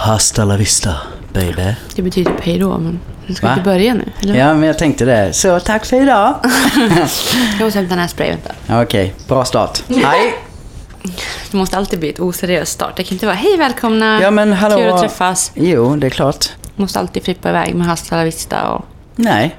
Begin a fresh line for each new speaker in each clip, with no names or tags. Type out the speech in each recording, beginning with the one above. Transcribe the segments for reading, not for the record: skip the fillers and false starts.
Hasta la vista, baby.
Det betyder typ hej då, men du ska inte börja nu, eller?
Ja, men jag tänkte det. Så tack för idag.
Jag måste hämta den här sprayen.
Okej, bra start. Hej.
Det måste alltid bli ett oseriöst start. Det kan inte vara hej, välkomna.
Ja, men hallå.
Kul att träffas.
Jo, det är klart.
Måste alltid flippa iväg med hasta la vista och...
Nej.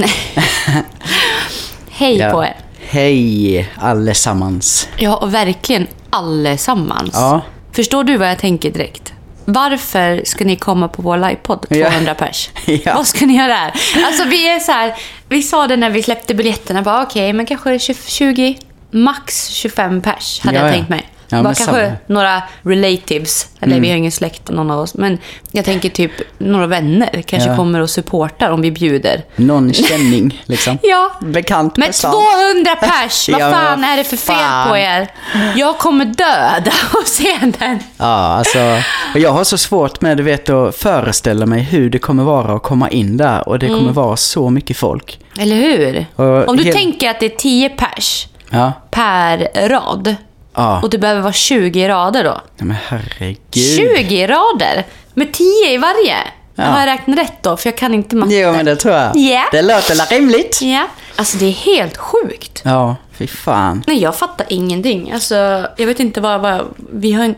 Hej på er.
Hej allesammans.
Ja, och verkligen allesammans.
Ja.
Förstår du vad jag tänker direkt? Varför ska ni komma på vår livepodd 200 pers?
Ja.
Vad ska ni göra där? Alltså vi är så här, vi sa det när vi släppte biljetterna, bara okej, men kanske 20, max 25 pers hade jag tänkt mig.
Ja,
bara kanske några relatives, eller vi har ingen släkt någon av oss, men jag tänker typ några vänner kanske kommer och supportar om vi bjuder.
Någon känning liksom.
Ja.
Bekant
med 200 pers. Vad fan är det för fel på er? Jag kommer döda och se den.
Ja, alltså jag har så svårt med, du vet, att föreställa mig hur det kommer vara att komma in där, och det kommer vara så mycket folk.
Eller hur?
Och
om du tänker att det är 10 pers per rad.
Ja.
Och det behöver vara 20 rader då.
Ja, men herregud.
20 rader? Med 10 i varje? Ja. Har jag räknat rätt då? För jag kan inte matte.
Jo, men det tror jag.
Yeah.
Det låter rimligt.
Ja. Alltså det är helt sjukt.
Ja, fy fan.
Nej, jag fattar ingenting. Alltså, jag vet inte vad vi har...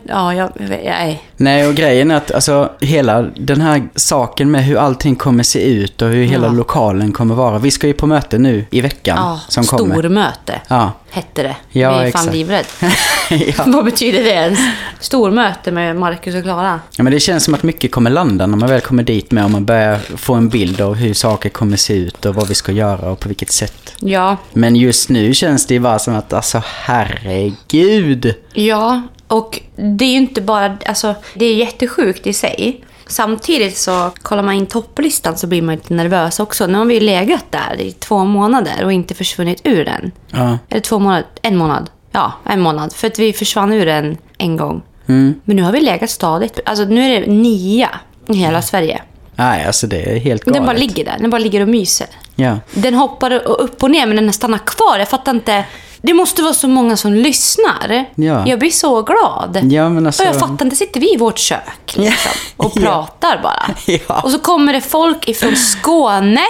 Nej.
Nej, och grejen är att alltså, hela den här saken med hur allting kommer se ut och hur hela lokalen kommer vara. Vi ska ju på möte nu i veckan som kommer.
Stormöte hette det.
Ja,
vi är fan livrädd. Vad betyder det ens? Stormöte med Marcus och Klara.
Ja, men det känns som att mycket kommer landa när man väl kommer dit med, och man börjar få en bild av hur saker kommer se ut och vad vi ska göra och på vilket sätt.
Ja.
Men just nu känns det ju bara som att, alltså herregud.
Ja, och det är ju inte bara, alltså det är jättesjukt i sig. Samtidigt så kollar man in topplistan så blir man lite nervös också. Nu har vi ju legat där i 2 månader och inte försvunnit ur den. Ja. Eller 2 månader, 1 månad. Ja, 1 månad. För att vi försvann ur den en gång. Men nu har vi legat stadigt. Alltså nu är det 9 i hela Sverige.
Nej, alltså det är helt galet.
Den bara ligger där. Den bara ligger och myser.
Ja.
Den hoppar upp och ner, men den stannar kvar. Jag fattar inte. Det måste vara så många som lyssnar. Ja. Jag blir så glad.
Ja, men alltså...
Och jag fattar inte. Sitter vi i vårt kök liksom, och pratar bara.
Ja.
Och så kommer det folk ifrån Skåne,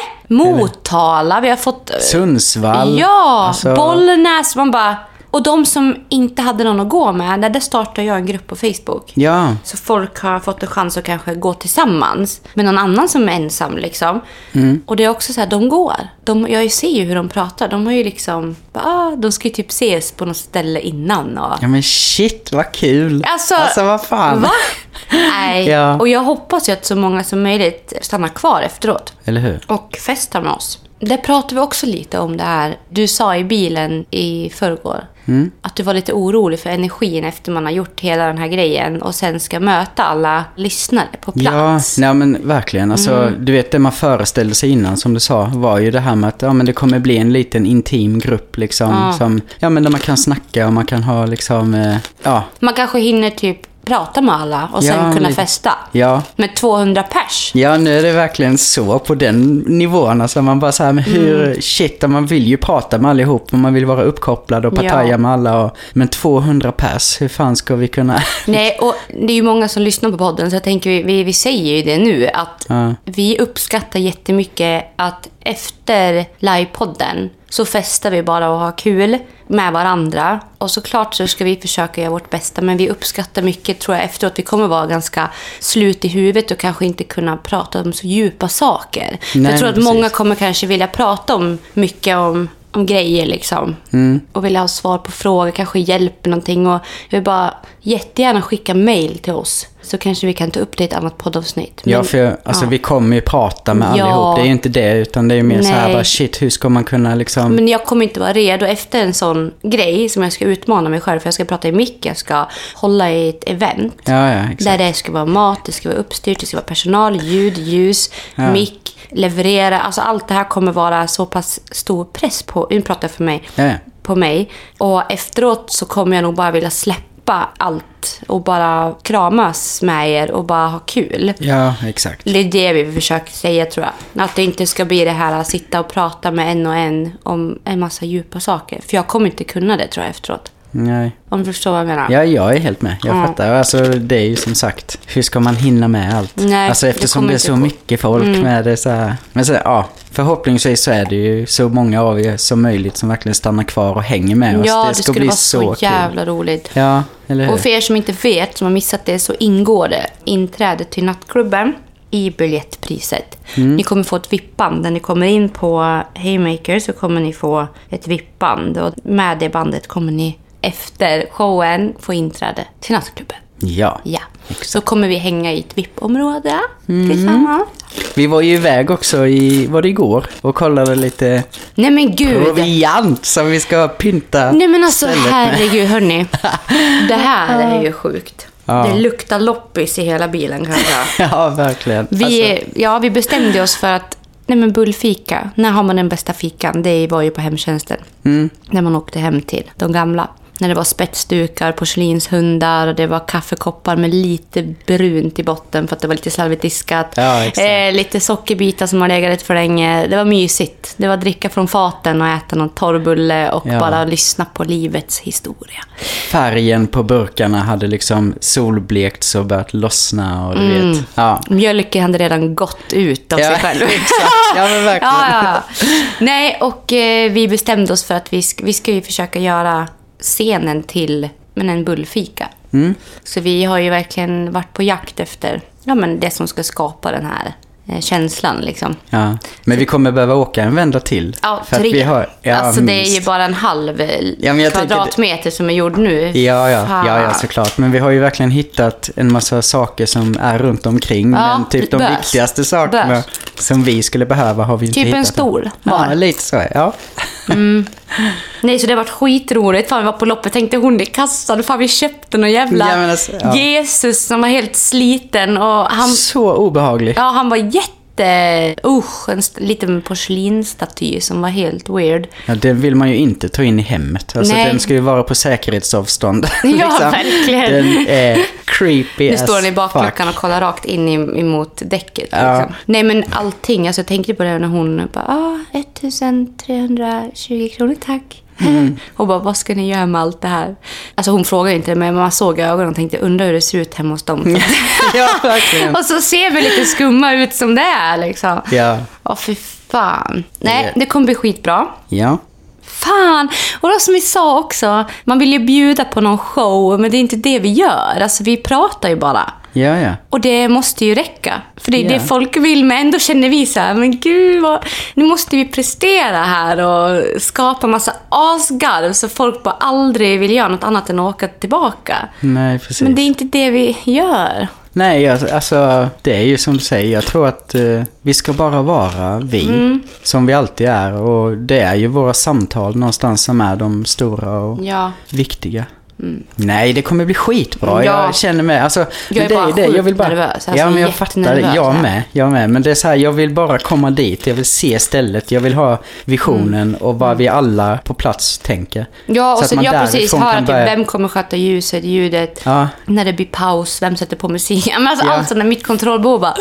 Motala. Vi har fått...
Sundsvall.
Ja, alltså... Bollnäs. Man bara... Och de som inte hade någon att gå med, där startade jag en grupp på Facebook. Ja. Så folk har fått en chans att kanske gå tillsammans med någon annan som är ensam liksom. Och det är också så här, de går. Jag ser ju hur de pratar. De har ju liksom, de ska ju typ ses på något ställe innan. Och...
Ja, men shit, vad kul. Alltså vad fan.
Va? Nej. Ja. Och jag hoppas ju att så många som möjligt stannar kvar efteråt.
Eller hur?
Och festar med oss. Där pratar vi också lite om det här. Du sa i bilen i förrgår att du var lite orolig för energin efter man har gjort hela den här grejen och sen ska möta alla lyssnare på plats.
Ja, nej, men verkligen. Alltså, du vet, det man föreställde sig innan, som du sa, var ju det här med att men det kommer bli en liten intim grupp liksom, som, men där man kan snacka och man kan ha liksom,
Man kanske hinner typ prata med alla och sen kunna festa. Ja. Med 200 pers.
Ja, nu är det verkligen så på den nivån. Alltså man bara så här, men hur shit, man vill ju prata med allihop och man vill vara uppkopplad och partaja med alla. Men 200 pers, hur fan ska vi kunna...
Nej, och det är ju många som lyssnar på podden, så jag tänker vi säger ju det nu, att vi uppskattar jättemycket att efter livepodden så festar vi bara och har kul med varandra. Och såklart så ska vi försöka göra vårt bästa, men vi uppskattar mycket, tror jag, efteråt. Vi kommer vara ganska slut i huvudet och kanske inte kunna prata om så djupa saker. Nej, jag tror att många kommer kanske vilja prata om mycket om grejer liksom. Och vilja ha svar på frågor, kanske hjälp någonting. Och jag vill bara jättegärna skicka mejl till oss, så kanske vi kan ta upp det i ett annat poddavsnitt. Men,
ja, för alltså, vi kommer ju prata med allihop. Det är ju inte det, utan det är mer så här bara, shit, hur ska man kunna liksom... Men
jag kommer inte vara redo efter en sån grej som jag ska utmana mig själv. För jag ska prata i mick, jag ska hålla i ett event. Där det ska vara mat, det ska vara uppstyrt, det ska vara personal, ljud, ljus, mick, leverera. Alltså allt det här kommer vara så pass stor press på, pratar för mig, på mig. Och efteråt så kommer jag nog bara vilja släppa allt och bara kramas med er och bara ha kul.
Ja, exakt.
Det är det vi försöker säga, tror jag. Att det inte ska bli det här att sitta och prata med en och en om en massa djupa saker. För jag kommer inte kunna det, tror jag, efteråt.
Nej.
Om du förstår vad jag menar.
Ja, jag är helt med. Jag fattar. Alltså, det är ju som sagt, hur ska man hinna med allt?
Nej,
alltså eftersom det är så mycket folk med det så här. Men så, ja, förhoppningsvis så är det ju så många av er som möjligt som verkligen stannar kvar och hänger med oss.
Ja,
det ska
skulle
bli
vara så jävla roligt.
Ja, eller hur?
Och för er som inte vet, som har missat det, så ingår det inträde till nattklubben i biljettpriset. Ni kommer få ett vippband. När ni kommer in på Haymaker så kommer ni få ett vippband. Och med det bandet kommer ni efter showen få inträde till nattklubben.
Ja.
Så kommer vi hänga i ett VIP-område tillsammans.
Vi var ju iväg också var det igår och kollade lite.
Nej men gud.
Proviant som vi ska pynta.
Nej men alltså herregud hörni. Det här är ju sjukt. Ja. Det luktar loppis i hela bilen kanske.
Ja, verkligen.
Vi bestämde oss för att bullfika. När har man den bästa fikan? Det var ju på hemtjänsten. När man åkte hem till de gamla. När det var spetsdukar, porslinshundar och det var kaffekoppar med lite brunt i botten för att det var lite slarvigt diskat.
Ja,
lite sockerbitar som har legat för länge. Det var mysigt. Det var dricka från faten och äta någon torrbulle och bara lyssna på livets historia.
Färgen på burkarna hade liksom solblekt så börjat lossna och du vet. Ja.
Mjölken hade redan gått ut av sig själv.
Exakt. Ja, men verkligen.
Ja. Nej, och vi bestämde oss för att vi ska ju försöka göra scenen till en bullfika. Så vi har ju verkligen varit på jakt efter det som ska skapa den här känslan liksom.
Ja, men vi kommer behöva åka en vända till.
Ja,
för 3. Att vi har,
alltså det är ju bara en halv kvadratmeter som är gjord nu.
Ja, såklart. Men vi har ju verkligen hittat en massa saker som är runt omkring. Men typ de viktigaste sakerna som vi skulle behöva har vi inte hittat.
Typ en stol.
Ja, lite så, ja.
Nej, så det har varit skitroligt. Fan, vi var på loppet, tänkte hon i kassan. Fan, vi köpte någon jävla Jesus som var helt sliten. Och han,
så obehaglig.
Ja, han var en liten porslinstaty som var helt weird.
Ja, den vill man ju inte ta in i hemmet. Alltså, den ska ju vara på säkerhetsavstånd.
Ja, verkligen.
Den är creepy.
Nu står den i bakluckan och kollar rakt in emot däcket.
Ja.
Liksom. Nej, men allting. Alltså, jag tänkte på det när hon bara, 1320 kronor, tack. Och bara, vad ska ni göra med allt det här? Alltså hon frågade inte, men man såg i ögonen och tänkte, undrar hur det ser ut hemma hos dem.
Ja, verkligen.
Och så ser vi lite skumma ut som det är liksom.
Ja.
Fy fan. Nej, det kommer bli skitbra.
Ja.
Fan! Och då som vi sa också, man vill ju bjuda på någon show, men det är inte det vi gör. Alltså vi pratar ju bara.
Ja.
Och det måste ju räcka. För det är det folk vill, men ändå känner vi så här, men gud, nu måste vi prestera här och skapa massa asgarv så folk bara aldrig vill göra något annat än att åka tillbaka.
Nej, precis.
Men det är inte det vi gör.
Nej, alltså det är ju som du säger. Jag tror att vi ska bara vara vi som vi alltid är. Och det är ju våra samtal någonstans som är de stora och viktiga. Nej, det kommer bli skitbra. Jag känner mig, alltså,
jag är bara sjukt nervös. Alltså,
ja, men jag fattar det. Jag med. Men det är så här, jag vill bara komma dit. Jag vill se stället. Jag vill ha visionen och vad vi alla på plats tänker.
Ja, och så
jag
precis höra typ, vem kommer sköta ljudet. När det blir paus, vem sätter på musik. Men alltså, allt sådär, mitt kontrollbehov bara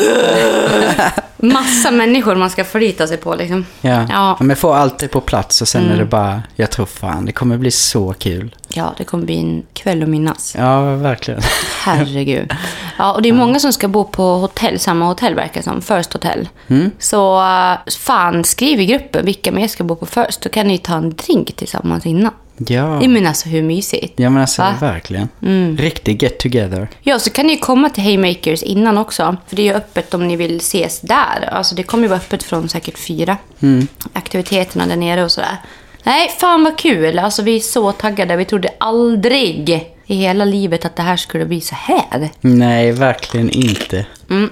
massa människor man ska förlita sig på liksom.
Ja. Men få allt det på plats och sen är det bara, jag tror fan, det kommer bli så kul.
Ja, det kommer bli en kväll att minnas.
Ja, verkligen.
Herregud. Ja, och det är många som ska bo på hotell, samma hotell verkar som, First Hotel. Så fan, skriv i gruppen vilka mer ska bo på First. Då kan ni ta en drink tillsammans innan.
Ja.
Men alltså hur mysigt.
Ja, men alltså verkligen. Riktigt get together.
Ja, så kan ni komma till Haymakers innan också. För det är ju öppet om ni vill ses där. Alltså det kommer ju vara öppet från säkert 4. Aktiviteterna där nere och sådär. Nej, fan vad kul. Alltså vi är så taggade. Vi trodde aldrig i hela livet att det här skulle bli så här.
Nej, verkligen inte.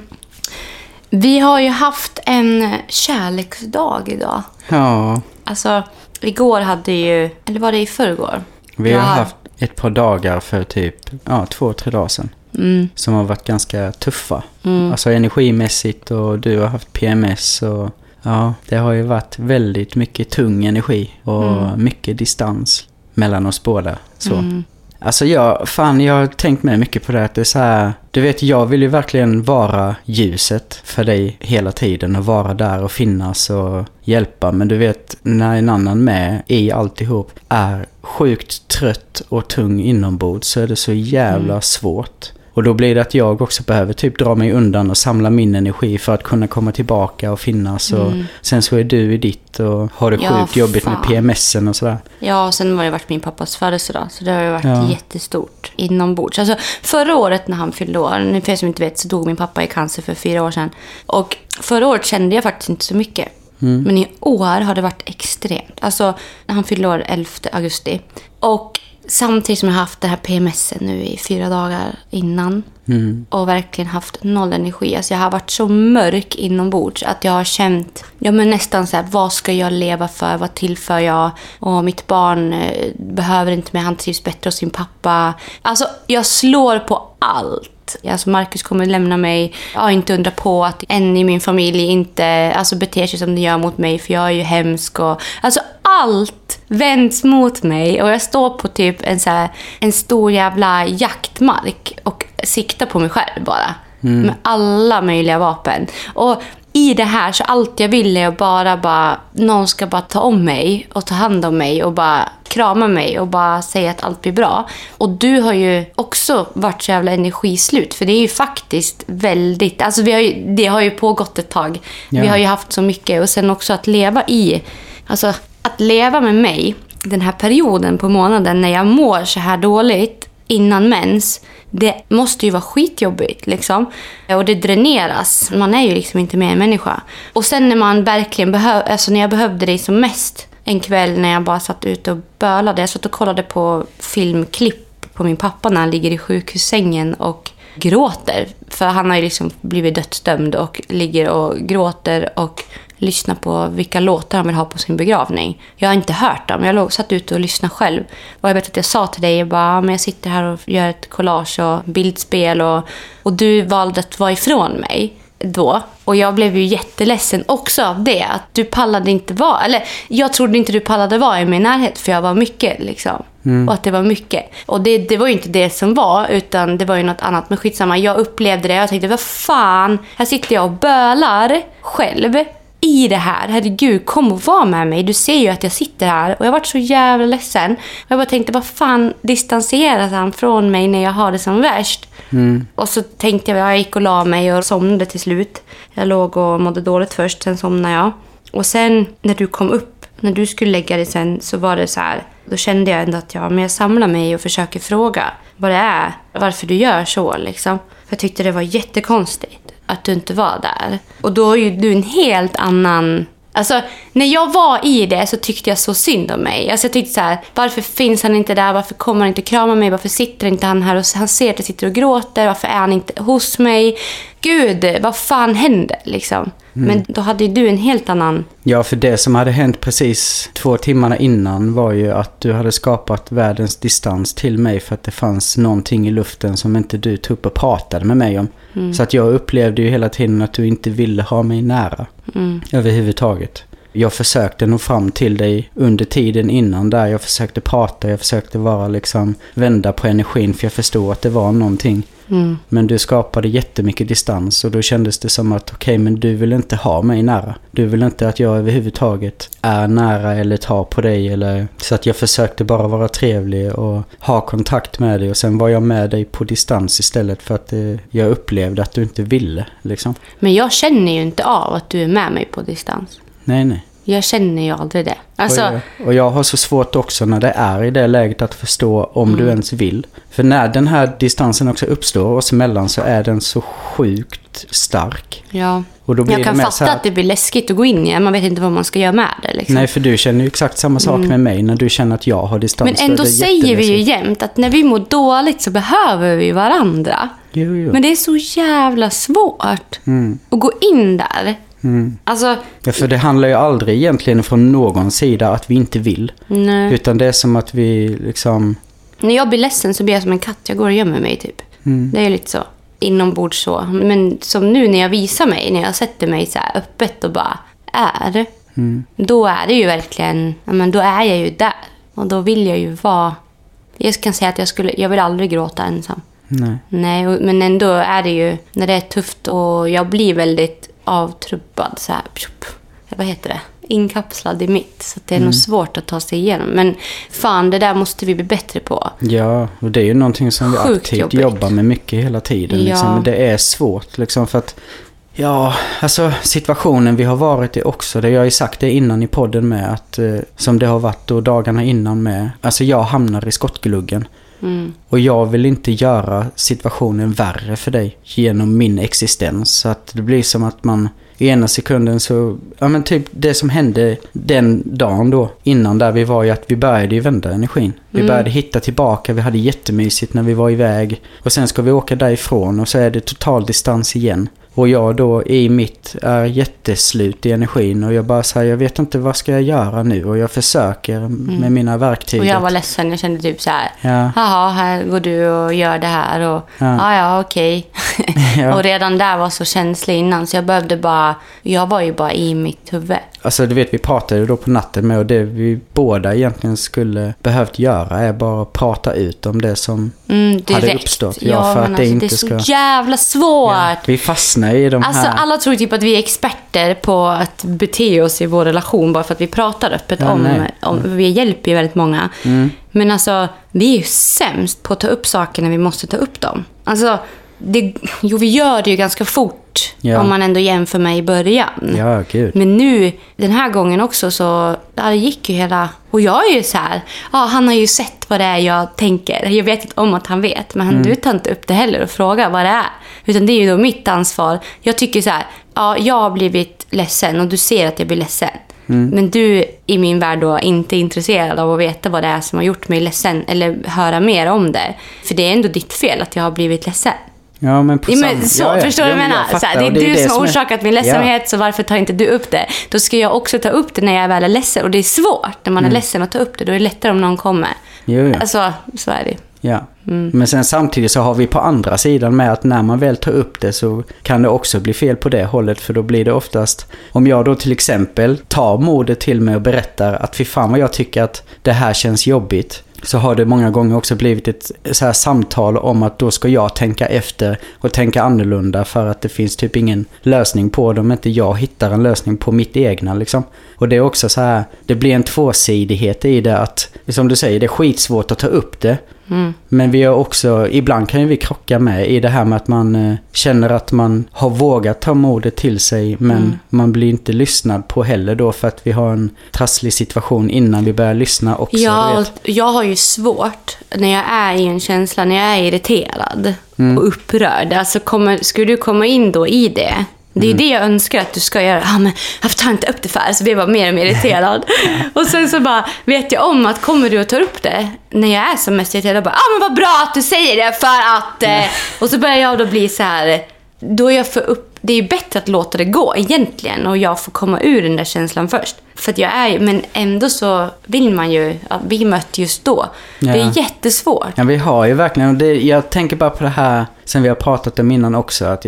Vi har ju haft en kärleksdag idag.
Ja.
Alltså, igår hade ju... Eller var det i förrgår?
Vi har haft ett par dagar för typ 2-3 dagar sedan. Som har varit ganska tuffa. Alltså energimässigt, och du har haft PMS och... Ja, det har ju varit väldigt mycket tung energi och mycket distans mellan oss båda. Så. Alltså jag har tänkt med mycket på det, att det är så här, Du vet, jag vill ju verkligen vara ljuset för dig hela tiden och vara där och finnas och hjälpa. Men du vet, när en annan med i alltihop är sjukt trött och tung inombords så är det så jävla svårt. Och då blir det att jag också behöver typ dra mig undan och samla min energi för att kunna komma tillbaka och finnas. Och sen så är du i ditt och har det sjukt jobbigt med PMSen och sådär.
Ja, och sen har det varit min pappas födelsedag. Så det har ju varit jättestort inombords. Alltså förra året när han fyllde år, nu för er som inte vet så dog min pappa i cancer för 4 år sedan. Och förra året kände jag faktiskt inte så mycket. Men i år har det varit extremt. Alltså när han fyllde år 11 augusti. Och samtidigt som jag har haft det här PMSen nu i 4 dagar innan. Och verkligen haft noll energi. Alltså jag har varit så mörk inombords att jag har känt men nästan så här, vad ska jag leva för? Vad tillför jag? Och mitt barn behöver inte mer, han trivs bättre hos sin pappa. Alltså jag slår på allt. Alltså Marcus kommer lämna mig. Jag har inte undrat på att en i min familj inte beter sig som de gör mot mig, för jag är ju hemsk. Och, alltså allt vänds mot mig och jag står på typ en stor jävla jaktmark och siktar på mig själv bara. Med alla möjliga vapen. Och i det här så allt jag vill är bara någon ska bara ta om mig och ta hand om mig och bara krama mig och bara säga att allt blir bra. Och du har ju också varit så jävla energislut, för det är ju faktiskt väldigt, alltså det har ju pågått ett tag. Vi har ju haft så mycket, och sen också att leva att leva med mig den här perioden på månaden när jag mår så här dåligt innan mens, det måste ju vara skitjobbigt liksom. Och det dräneras. Man är ju liksom inte mer en människa. Och sen när man verkligen när jag behövde dig som mest en kväll när jag bara satt ute och bölade. Jag satt och kollade på filmklipp på min pappa när han ligger i sjukhussängen och gråter. För han har ju liksom blivit dödsdömd och ligger och gråter och lyssna på vilka låtar han vill ha på sin begravning. Jag har inte hört dem. Jag satt ute och lyssnade själv. Och jag vet att jag sa till dig men jag sitter här och gör ett collage och bildspel och du valde att vara ifrån mig då. Och jag blev ju jätteledsen också av det. Att du pallade inte vara, eller jag trodde inte du pallade vara i min närhet för jag var mycket liksom. Och att det var mycket. Och det var ju inte det som var, utan det var ju något annat. Men skitsamma, jag upplevde det och jag tänkte, vad fan, här sitter jag och bölar själv i det här. Herregud, kom och var med mig. Du ser ju att jag sitter här. Och jag var så jävla ledsen. Och jag bara tänkte, vad fan distanseras han från mig när jag har det som värst? Och så tänkte jag gick och la mig och somnade till slut. Jag låg och mådde dåligt först, sen somnade jag. Och sen när du kom upp, när du skulle lägga dig sen, så var det så här. Då kände jag ändå att jag samlar mig och försöker fråga vad det är. Varför du gör så liksom. För jag tyckte det var jättekonstigt att du inte var där. Och då är ju du en helt annan... Alltså, när jag var i det så tyckte jag så synd om mig. Alltså jag tyckte så här, varför finns han inte där? Varför kommer han inte krama mig? Varför sitter inte han här och han ser att jag sitter och gråter? Varför är han inte hos mig? Gud, vad fan händer liksom? Men då hade ju du en helt annan...
Ja, för det som hade hänt precis 2 timmarna innan var ju att du hade skapat världens distans till mig för att det fanns någonting i luften som inte du tog upp och pratade med mig om. Så att jag upplevde ju hela tiden att du inte ville ha mig nära överhuvudtaget. Jag försökte nå fram till dig under tiden innan där. Jag försökte prata, jag försökte vara liksom vända på energin för jag förstod att det var någonting. Men du skapade jättemycket distans och då kändes det som att okej, men du vill inte ha mig nära. Du vill inte att jag överhuvudtaget är nära eller tar på dig. Eller... Så att jag försökte bara vara trevlig och ha kontakt med dig och sen var jag med dig på distans istället för att jag upplevde att du inte ville. Liksom.
Men jag känner ju inte av att du är med mig på distans.
Nej.
Jag känner ju aldrig det. Alltså...
Och jag har så svårt också när det är i det läget att förstå om du ens vill. För när den här distansen också uppstår oss emellan så är den så sjukt stark.
Ja,
och då blir
jag kan fatta att det blir läskigt att gå in i. Man vet inte vad man ska göra med det. Liksom.
Nej, för du känner ju exakt samma sak med mig när du känner att jag har distans.
Men ändå säger vi ju jämt att när vi mår dåligt så behöver vi varandra.
Jo.
Men det är så jävla svårt att gå in där. Alltså,
ja, för det handlar ju aldrig egentligen från någon sida att vi inte vill.
Nej.
Utan det är som att vi liksom...
När jag blir ledsen så blir jag som en katt. Jag går och gömmer mig typ. Det är lite så. Inombords så. Men som nu när jag visar mig. När jag sätter mig så här öppet och bara är. Då är det ju verkligen... Ja, men då är jag ju där. Och då vill jag ju vara... Jag kan säga att jag vill aldrig gråta ensam. Nej, men ändå är det ju, när det är tufft och jag blir väldigt avtrubbad så här, vad heter det? Inkapslad i mitt. Så det är nog svårt att ta sig igenom. Men fan, det där måste vi bli bättre på.
Ja, och det är ju någonting som vi aktivt
jobbigt.
Jobbar med mycket hela tiden. Liksom. Men det är svårt liksom, för att alltså situationen vi har varit i också, det jag har ju sagt det innan i podden med att som det har varit då dagarna innan med, alltså jag hamnar i skottgluggen. Och jag vill inte göra situationen värre för dig genom min existens. Så att det blir som att man i ena sekunden så, ja men typ det som hände den dagen då innan där vi var ju att vi började ju vända energin. Vi började hitta tillbaka, vi hade jättemysigt när vi var iväg. Och sen ska vi åka därifrån och så är det total distans igen. Och jag då i mitt är jätteslut i energin och jag bara säger, jag vet inte vad ska jag göra nu, och jag försöker med mina verktyg.
Och jag var ledsen, jag kände typ så här, jaha, här går du och gör det här och okej. Ja. Och redan där var så känslig innan så jag var ju bara i mitt huvud. Alltså
du vet, vi pratade ju då på natten med, och det vi båda egentligen skulle behövt göra är bara prata ut om det som hade uppstått.
Ja, för att det inte det är så jävla svårt. Ja,
vi fastnar i de här.
Alla tror typ att vi är experter på att bete oss i vår relation bara för att vi pratar öppet om vi hjälper ju väldigt många. Men alltså, vi är ju sämst på att ta upp saker när vi måste ta upp dem. Alltså, vi gör det ju ganska fort om man ändå jämför med i början.
Ja, gud.
Men nu, den här gången också så, det gick ju hela, och jag är ju så här, han har ju sett vad det är jag tänker. Jag vet inte om att han vet, men du tar inte upp det heller och frågar vad det är. Utan det är ju då mitt ansvar. Jag tycker så här, jag har blivit ledsen och du ser att jag blir ledsen. Men du i min värld då inte är intresserad av att veta vad det är som har gjort mig ledsen eller höra mer om det. För det är ändå ditt fel att jag har blivit ledsen.
Ja, men på
förstår du vad jag menar? Det är du som har orsakat min ledsamhet, så varför tar inte du upp det? Då ska jag också ta upp det när jag väl är ledsen. Och det är svårt när man är ledsen att ta upp det. Då är det lättare om någon kommer.
Jo.
Alltså, så är det.
Ja. Men sen samtidigt så har vi på andra sidan med att när man väl tar upp det så kan det också bli fel på det hållet, för då blir det oftast, om jag då till exempel tar modet till mig och berättar att fy fan vad jag tycker att det här känns jobbigt, så har det många gånger också blivit ett så här samtal om att då ska jag tänka efter och tänka annorlunda, för att det finns typ ingen lösning på det om inte jag hittar en lösning på mitt egna liksom. Och det är också så här, det blir en tvåsidighet i det, att som du säger, det är skitsvårt att ta upp det. Men vi har också, ibland kan ju vi krocka med i det här med att man känner att man har vågat ta modet till sig, men man blir inte lyssnad på heller då, för att vi har en trasslig situation innan vi börjar lyssna också.
Ja, jag har ju svårt när jag är i en känsla, när jag är irriterad och upprörd. Alltså skulle du komma in då i det? Det är det jag önskar att du ska göra. Men jag tar inte upp det för, så blir jag bara mer och mer irriterad. Och sen så bara vet jag om att kommer du att ta upp det när jag är som mest irriterad, bara, men vad bra att du säger det, för att och så börjar jag då bli så här, då är jag för upp. Det är ju bättre att låta det gå egentligen, och jag får komma ur den där känslan först. För att jag är, men ändå så vill man ju att vi mötte just då. Ja. Det är jättesvårt.
Ja, vi har ju verkligen, och jag tänker bara på det här sen vi har pratat om innan också, att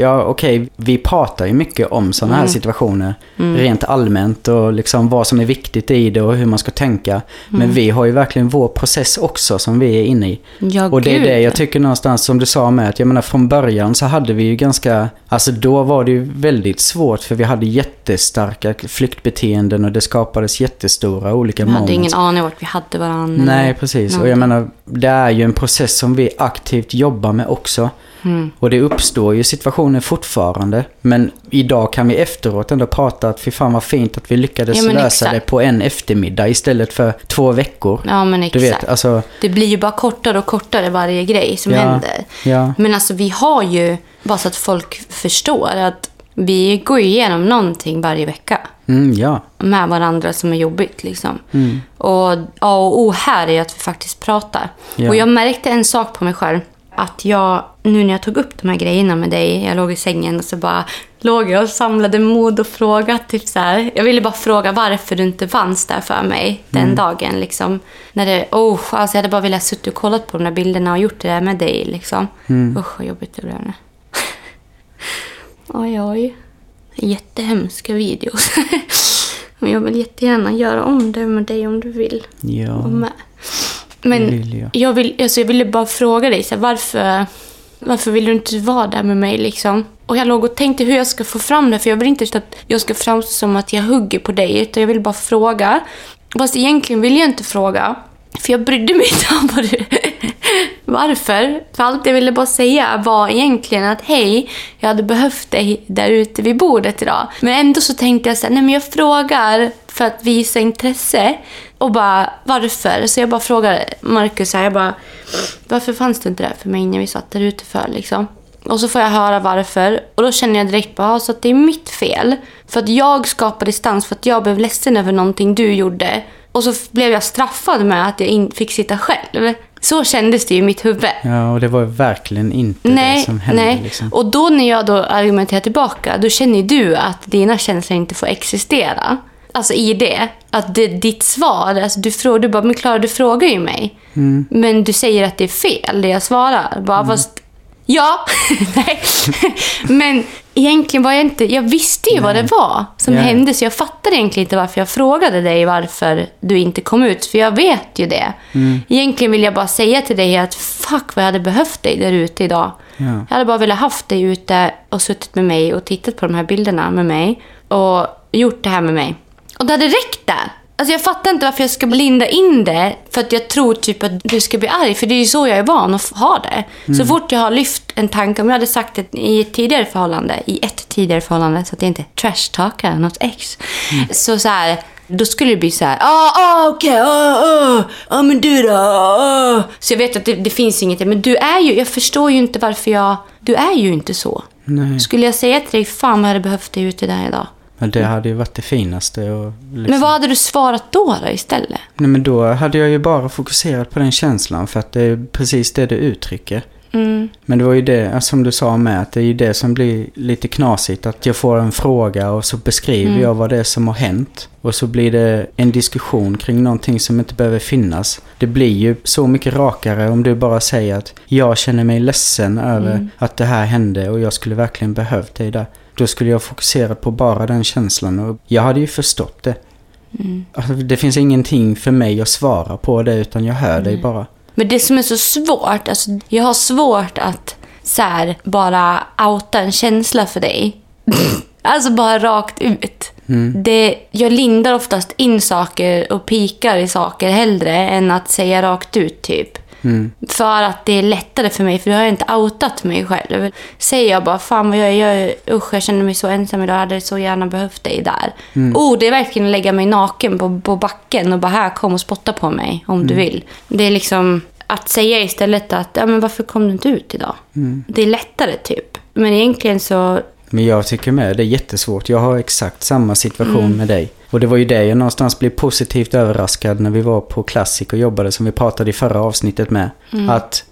vi pratar ju mycket om sådana här situationer rent allmänt, och liksom vad som är viktigt i det och hur man ska tänka. Men vi har ju verkligen vår process också som vi är inne i.
Ja,
och det är det jag tycker någonstans, som du sa med, att jag menar från början så hade vi ju ganska, alltså då var det ju väldigt svårt, för vi hade jättestarka flyktbeteenden och det skapades jättestora olika moments.
Vi hade ingen aning vart vi hade varandra.
Nej, precis. Och jag menar, det är ju en process som vi aktivt jobbar med också. Och det uppstår ju situationer fortfarande. Men idag kan vi efteråt ändå prata att fy fan vad fint att vi lyckades lösa det på en eftermiddag istället för 2 veckor.
Ja, men exakt.
Du vet, alltså,
det blir ju bara kortare och kortare varje grej som händer.
Ja.
Men alltså vi har ju, bara så att folk förstår, att vi går igenom någonting varje vecka. Med varandra som är jobbigt liksom. Och A och O här är att vi faktiskt pratar. Och jag märkte en sak på mig själv, att jag, nu när jag tog upp de här grejerna med dig, jag låg i sängen och så bara låg jag och samlade mod och frågade typ så här. Jag ville bara fråga varför du inte fanns där för mig den dagen liksom. När det, alltså jag hade bara velat sitta och kollat på de där bilderna och gjort det där med dig liksom. Vad jobbigt det blev nu. Oj. Jättehemska videos. Men jag vill jättegärna göra om det med dig om du vill.
Ja.
Men jag ville bara fråga dig så här, Varför vill du inte vara där med mig liksom? Och jag låg och tänkte hur jag ska få fram det. För jag vill inte att jag ska framstå som att jag hugger på dig. Utan jag vill bara fråga. Fast egentligen vill jag inte fråga. För jag brydde mig inte om vad du... Varför? För allt jag ville bara säga var egentligen att hej, jag hade behövt dig där ute vid bordet idag. Men ändå så tänkte jag så här, nej men jag frågar för att visa intresse. Och bara, varför? Så jag bara frågade Marcus här, jag bara, varför fanns det inte där för mig när vi satt där ute för liksom? Och så får jag höra varför. Och då känner jag direkt bara, så att det är mitt fel. För att jag skapade distans för att jag blev ledsen över någonting du gjorde. Och så blev jag straffad med att jag fick sitta själv. Så kändes det i mitt huvud.
Ja, och det var verkligen inte det som hände. Nej. Liksom.
Och då när jag då argumenterar tillbaka, då känner du att dina känslor inte får existera. Alltså i det. Att ditt svar, alltså du bara, men Klara, du frågar ju mig. Men du säger att det är fel det jag svarar. Bara fast... Ja, nej. Men egentligen var jag visste ju vad det var som hände, så jag fattade egentligen inte varför jag frågade dig varför du inte kom ut, för jag vet ju det. Egentligen vill jag bara säga till dig att fuck vad jag hade behövt dig där ute idag. Jag hade bara velat haft dig ute och suttit med mig och tittat på de här bilderna med mig och gjort det här med mig. Och det hade räckt där. Alltså jag fattar inte varför jag ska blinda in det. För att jag tror typ att du ska bli arg. För det är ju så jag är van att ha det. Så fort jag har lyft en tanke, om jag hade sagt det i ett tidigare förhållande, så att det inte är trash-talkar, något ex. Så här, då skulle det bli så här, okej, men du då? Så jag vet att det finns inget, men du är ju, jag förstår ju inte varför du är ju inte så.
Nej.
Skulle jag säga till dig, fan vad jag hade behövt dig ute där idag.
Men det hade ju varit det finaste. Och liksom...
Men vad hade du svarat då istället?
Nej, men då hade jag ju bara fokuserat på den känslan. För att det är precis det du uttrycker. Men det var ju det, som du sa med, att det är ju det som blir lite knasigt. Att jag får en fråga och så beskriver jag vad det är som har hänt. Och så blir det en diskussion kring någonting som inte behöver finnas. Det blir ju så mycket rakare om du bara säger att jag känner mig ledsen över att det här hände och jag skulle verkligen behövt dig där. Då skulle jag fokusera på bara den känslan och jag hade ju förstått det. Alltså, det finns ingenting för mig att svara på det, utan jag hör dig bara. Men det som är så svårt, alltså, jag har svårt att så här, bara outa en känsla för dig. Alltså bara rakt ut. Jag lindar oftast in saker och pikar i saker hellre än att säga rakt ut typ. För att det är lättare för mig, för jag har inte outat mig själv. Säger jag bara, fan vad jag gör, usch jag känner mig så ensam idag, hade så gärna behövt dig där. Det är verkligen att lägga mig naken på backen och bara här, kom och spotta på mig om du vill. Det är liksom att säga istället att, ja men varför kom du inte ut idag? Det är lättare typ. Men egentligen så... Men jag tycker med, det är jättesvårt. Jag har exakt samma situation med dig. Och det var ju det jag någonstans blev positivt överraskad när vi var på Classic och jobbade, som vi pratade i förra avsnittet med. Att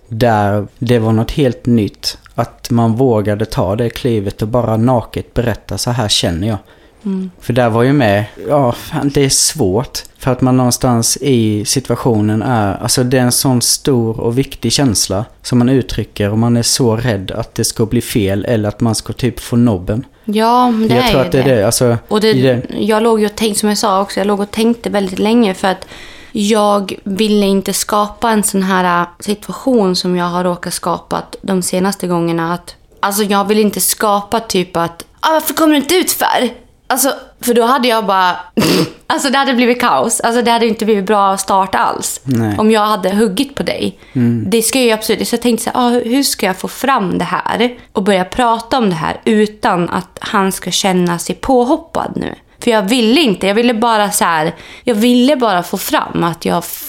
det var något helt nytt. Att man vågade ta det klivet och bara naket berätta, så här känner jag. För där var ju med, det är svårt. För att man någonstans i situationen alltså det är en sån stor och viktig känsla som man uttrycker, och man är så rädd att det ska bli fel eller att man ska typ få nobben. Ja, men jag tror att det är det. Alltså, och jag låg ju och tänkte, som jag sa också, jag låg och tänkte väldigt länge, för att jag ville inte skapa en sån här situation som jag har råkat skapat de senaste gångerna. Alltså jag vill inte skapa typ att, varför kommer du inte ut för? Alltså, för då hade jag bara... alltså det hade blivit kaos. Alltså det hade inte blivit bra start alls. Nej. Om jag hade huggit på dig. Det ska jag absolut... Så jag tänkte så här, hur ska jag få fram det här? Och börja prata om det här utan att han ska känna sig påhoppad nu. För jag ville inte. Jag ville bara så här... Jag ville bara få fram att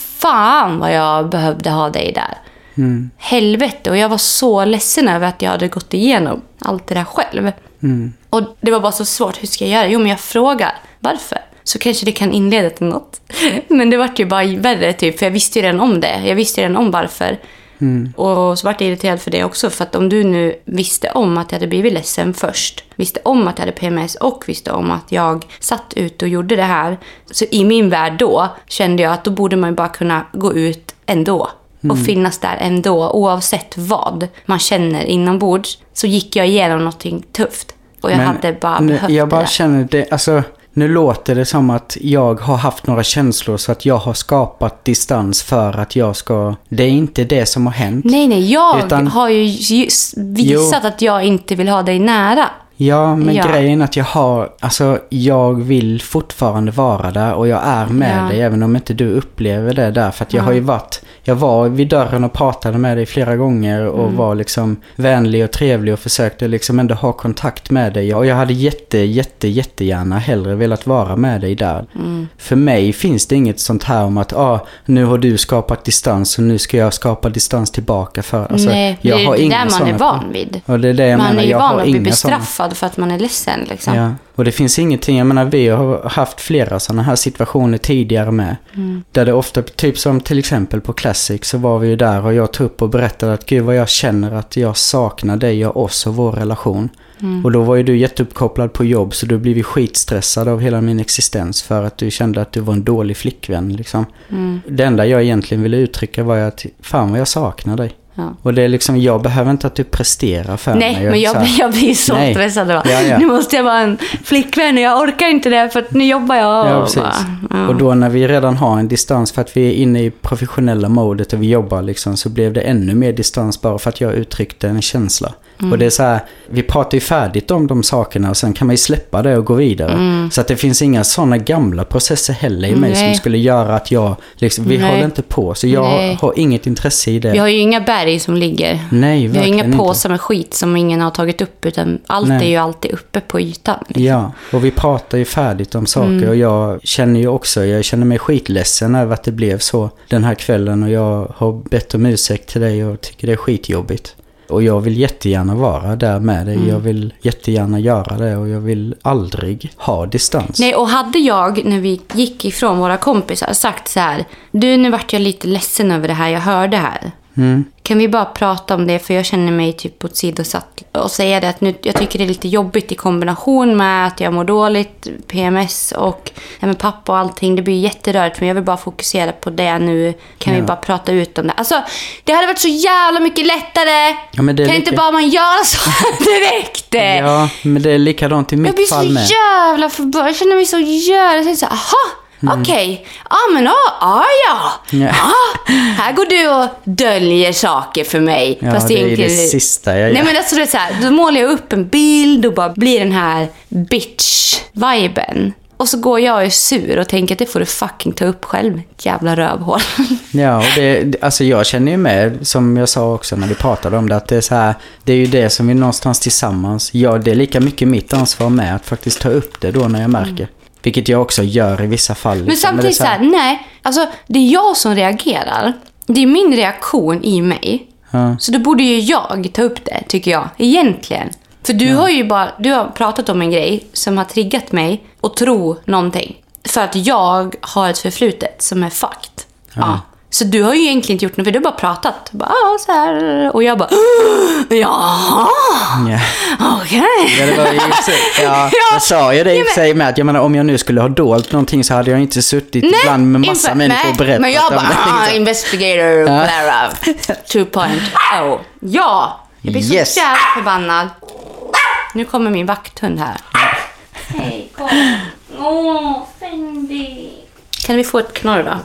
fan vad jag behövde ha dig där. Helvete. Och jag var så ledsen över att jag hade gått igenom allt det där själv. Och det var bara så svårt, hur ska jag göra? Jo, men jag frågar, varför? Så kanske det kan inleda till något. Men det var ju bara värre typ, för jag visste ju redan om det. Jag visste ju redan om varför. Och så var jag irriterad för det också. För att om du nu visste om att jag hade blivit ledsen först, visste om att jag hade PMS och visste om att jag satt ut och gjorde det här, så i min värld då kände jag att då borde man ju bara kunna gå ut ändå. Och finnas där ändå, oavsett vad man känner inombords. Så gick jag igenom någonting tufft. Och jag hade bara behövt jag bara känner det, alltså nu låter det som att jag har haft några känslor så att jag har skapat distans för att jag ska... Det är inte det som har hänt.
Nej, jag har ju visat att jag inte vill ha dig nära.
Ja, men grejen är att jag vill fortfarande vara där och jag är med dig även om inte du upplever det där. För att jag var vid dörren och pratade med dig flera gånger och var liksom vänlig och trevlig och försökte liksom ändå ha kontakt med dig. Och jag hade jättegärna hellre velat vara med dig där. För mig finns det inget sånt här om att nu har du skapat distans och nu ska jag skapa distans tillbaka.
Nej, jag har det där man är van vid.
Och det är det jag menar,
är ju
jag
van
har
att bli
inga
bestraffad för att man är ledsen liksom.
Ja, och det finns ingenting, jag menar vi har haft flera sådana här situationer tidigare med. Där det ofta, typ som till exempel på Classic så var vi ju där och jag tog upp och berättade att gud vad jag känner att jag saknar dig och oss och vår relation. Och då var ju du jätteuppkopplad på jobb så du blev skitstressad av hela min existens för att du kände att du var en dålig flickvän liksom. Det enda jag egentligen ville uttrycka var att fan vad jag saknar dig. Ja. Och det är liksom, jag behöver inte att du presterar för mig.
Nej, men jag blir så stressad. Ja. Nu måste jag vara en flickvän och jag orkar inte det för att nu jobbar jag.
Ja, precis. Och då när vi redan har en distans för att vi är inne i professionella modet och vi jobbar liksom, så blev det ännu mer distans bara för att jag uttryckte en känsla. Och det är så här, vi pratar ju färdigt om de sakerna och sen kan man ju släppa det och gå vidare. Så att det finns inga sådana gamla processer heller i mig som skulle göra att jag liksom, vi håller inte på. Så jag har inget intresse i det.
Vi har ju inga berg som ligger.
Nej,
vi har inga påsar med skit som ingen har tagit upp utan allt är ju alltid uppe på ytan. Liksom.
Ja, och vi pratar ju färdigt om saker och jag känner mig skitledsen över att det blev så den här kvällen och jag har bett om ursäkt till dig och tycker det är skitjobbigt. Och jag vill jättegärna vara där med dig. Jag vill jättegärna göra det och jag vill aldrig ha distans.
Nej, och hade jag när vi gick ifrån våra kompisar sagt så här: du, nu vart jag lite ledsen över det här jag hörde här. Kan vi bara prata om det för jag känner mig typ åsidosatt och säga det att nu, jag tycker det är lite jobbigt i kombination med att jag mår dåligt, PMS och med pappa och allting. Det blir jätterörigt men jag vill bara fokusera på det nu. Kan vi bara prata ut om det? Alltså, det hade varit så jävla mycket lättare. Ja, men det kan inte bara man göra så direkt?
Ja, men det är likadant i mitt fall med.
Jag blir så jävla förbörd. Jag känner mig så jävla så aha. Okej, men här går du och döljer saker för mig.
Ja, fast det är det sista jag gör.
Nej, men alltså, det är så här, då målar jag upp en bild och bara blir den här bitch-viben. Och så går jag är sur och tänker att det får du fucking ta upp själv, jävla rövhål.
Ja, och alltså jag känner ju med, som jag sa också när vi pratade om det, att det är så här, det är ju det som vi någonstans tillsammans, det är lika mycket mitt ansvar med att faktiskt ta upp det då när jag märker. Vilket jag också gör i vissa fall. Liksom.
Men samtidigt så här, nej. Alltså, det är jag som reagerar. Det är min reaktion i mig. Ja. Så då borde ju jag ta upp det, tycker jag. Egentligen. För du har pratat om en grej som har triggat mig att tro någonting. För att jag har ett förflutet som är fucked. Ja. Så du har ju egentligen inte gjort något, för du har bara pratat. Bara, så här. Och jag bara, okej.
Ja, det var ju, jag sa ju det i sig med att jag menar, om jag nu skulle ha dolt någonting så hade jag inte suttit ibland med massa människor och berättat.
Men jag bara, investigator Clara 2.0. Ja, jag blir så jävla förbannad. Nu kommer min vakthund här. Hej, kom. Fendi. Kan vi få ett knorr då?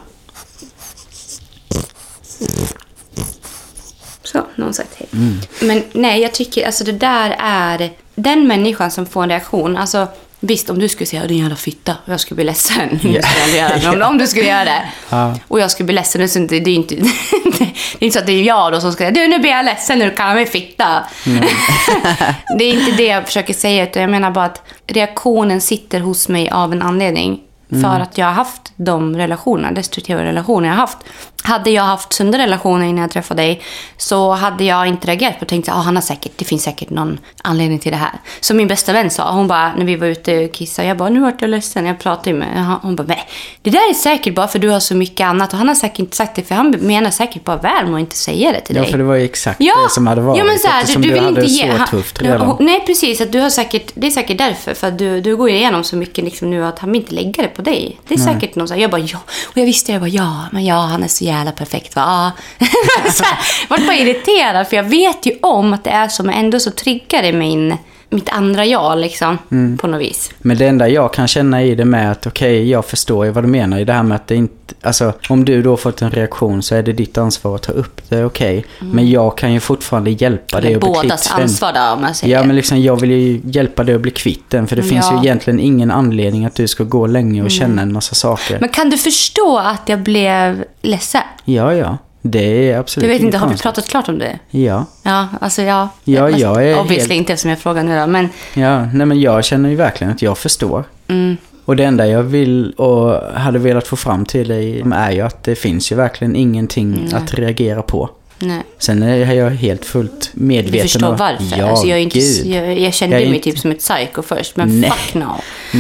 Så, någon sagt hej. Men nej, jag tycker, alltså det där är den människan som får en reaktion. Alltså, visst, om du skulle säga din jävla fitta och jag skulle bli ledsen. Om du skulle göra det och jag skulle bli ledsen, så det är inte så att det är jag då som ska säga, du, nu blir jag ledsen när du kallar mig fitta. Det är inte det jag försöker säga, utan jag menar bara att reaktionen sitter hos mig av en anledning. För att jag har haft de relationerna, destruktiva relationer jag har haft. Hade jag haft sunda relationer innan jag träffade dig, så hade jag inte reagerat på och tänkt att det finns säkert någon anledning till det här. Som min bästa vän sa, hon bara, när vi var ute och kissade, jag bara, nu vart jag ledsen, jag pratade med hon bara, nej, det där är säkert bara för du har så mycket annat, och han har säkert inte sagt det, för han menar säkert bara väl med att inte säga det till dig.
Ja, för det var ju exakt det som hade varit.
Ja, men så här, du vill inte ge
så tufft redan.
Nej, precis, att du har säkert, det är säkert därför, för att du går igenom så mycket liksom nu att han vill inte lägga det på dig. Det är säkert någon så här, jag bara, och jag visste, han är så jävla perfekt, va? Jag var bara irriterad, för jag vet ju om att det är som ändå så triggar i min mitt andra jag liksom, på något vis.
Men det enda jag kan känna i det med att jag förstår ju vad du menar i det här med att det inte, alltså om du då fått en reaktion så är det ditt ansvar att ta upp det, men jag kan ju fortfarande hjälpa dig att bli kvitt den.
Bådas ansvar då, om man säger.
Ja, men liksom jag vill ju hjälpa dig att bli kvitt den, för det finns ju egentligen ingen anledning att du ska gå länge och känna en massa saker.
Men kan du förstå att jag blev ledsen?
Ja. Det är absolut.
Du vet inte, har vi pratat klart om det?
Ja.
Ja, alltså
Ja, jag är
obviously inte eftersom jag frågar nu då, men...
Ja, nej men jag känner ju verkligen att jag förstår. Och det enda jag vill och hade velat få fram till dig är ju att det finns ju verkligen ingenting att reagera på.
Nej.
Sen är jag helt fullt medveten.
Du förstår varför.
Ja,
alltså jag kände mig typ som ett psycho först, men fuck no.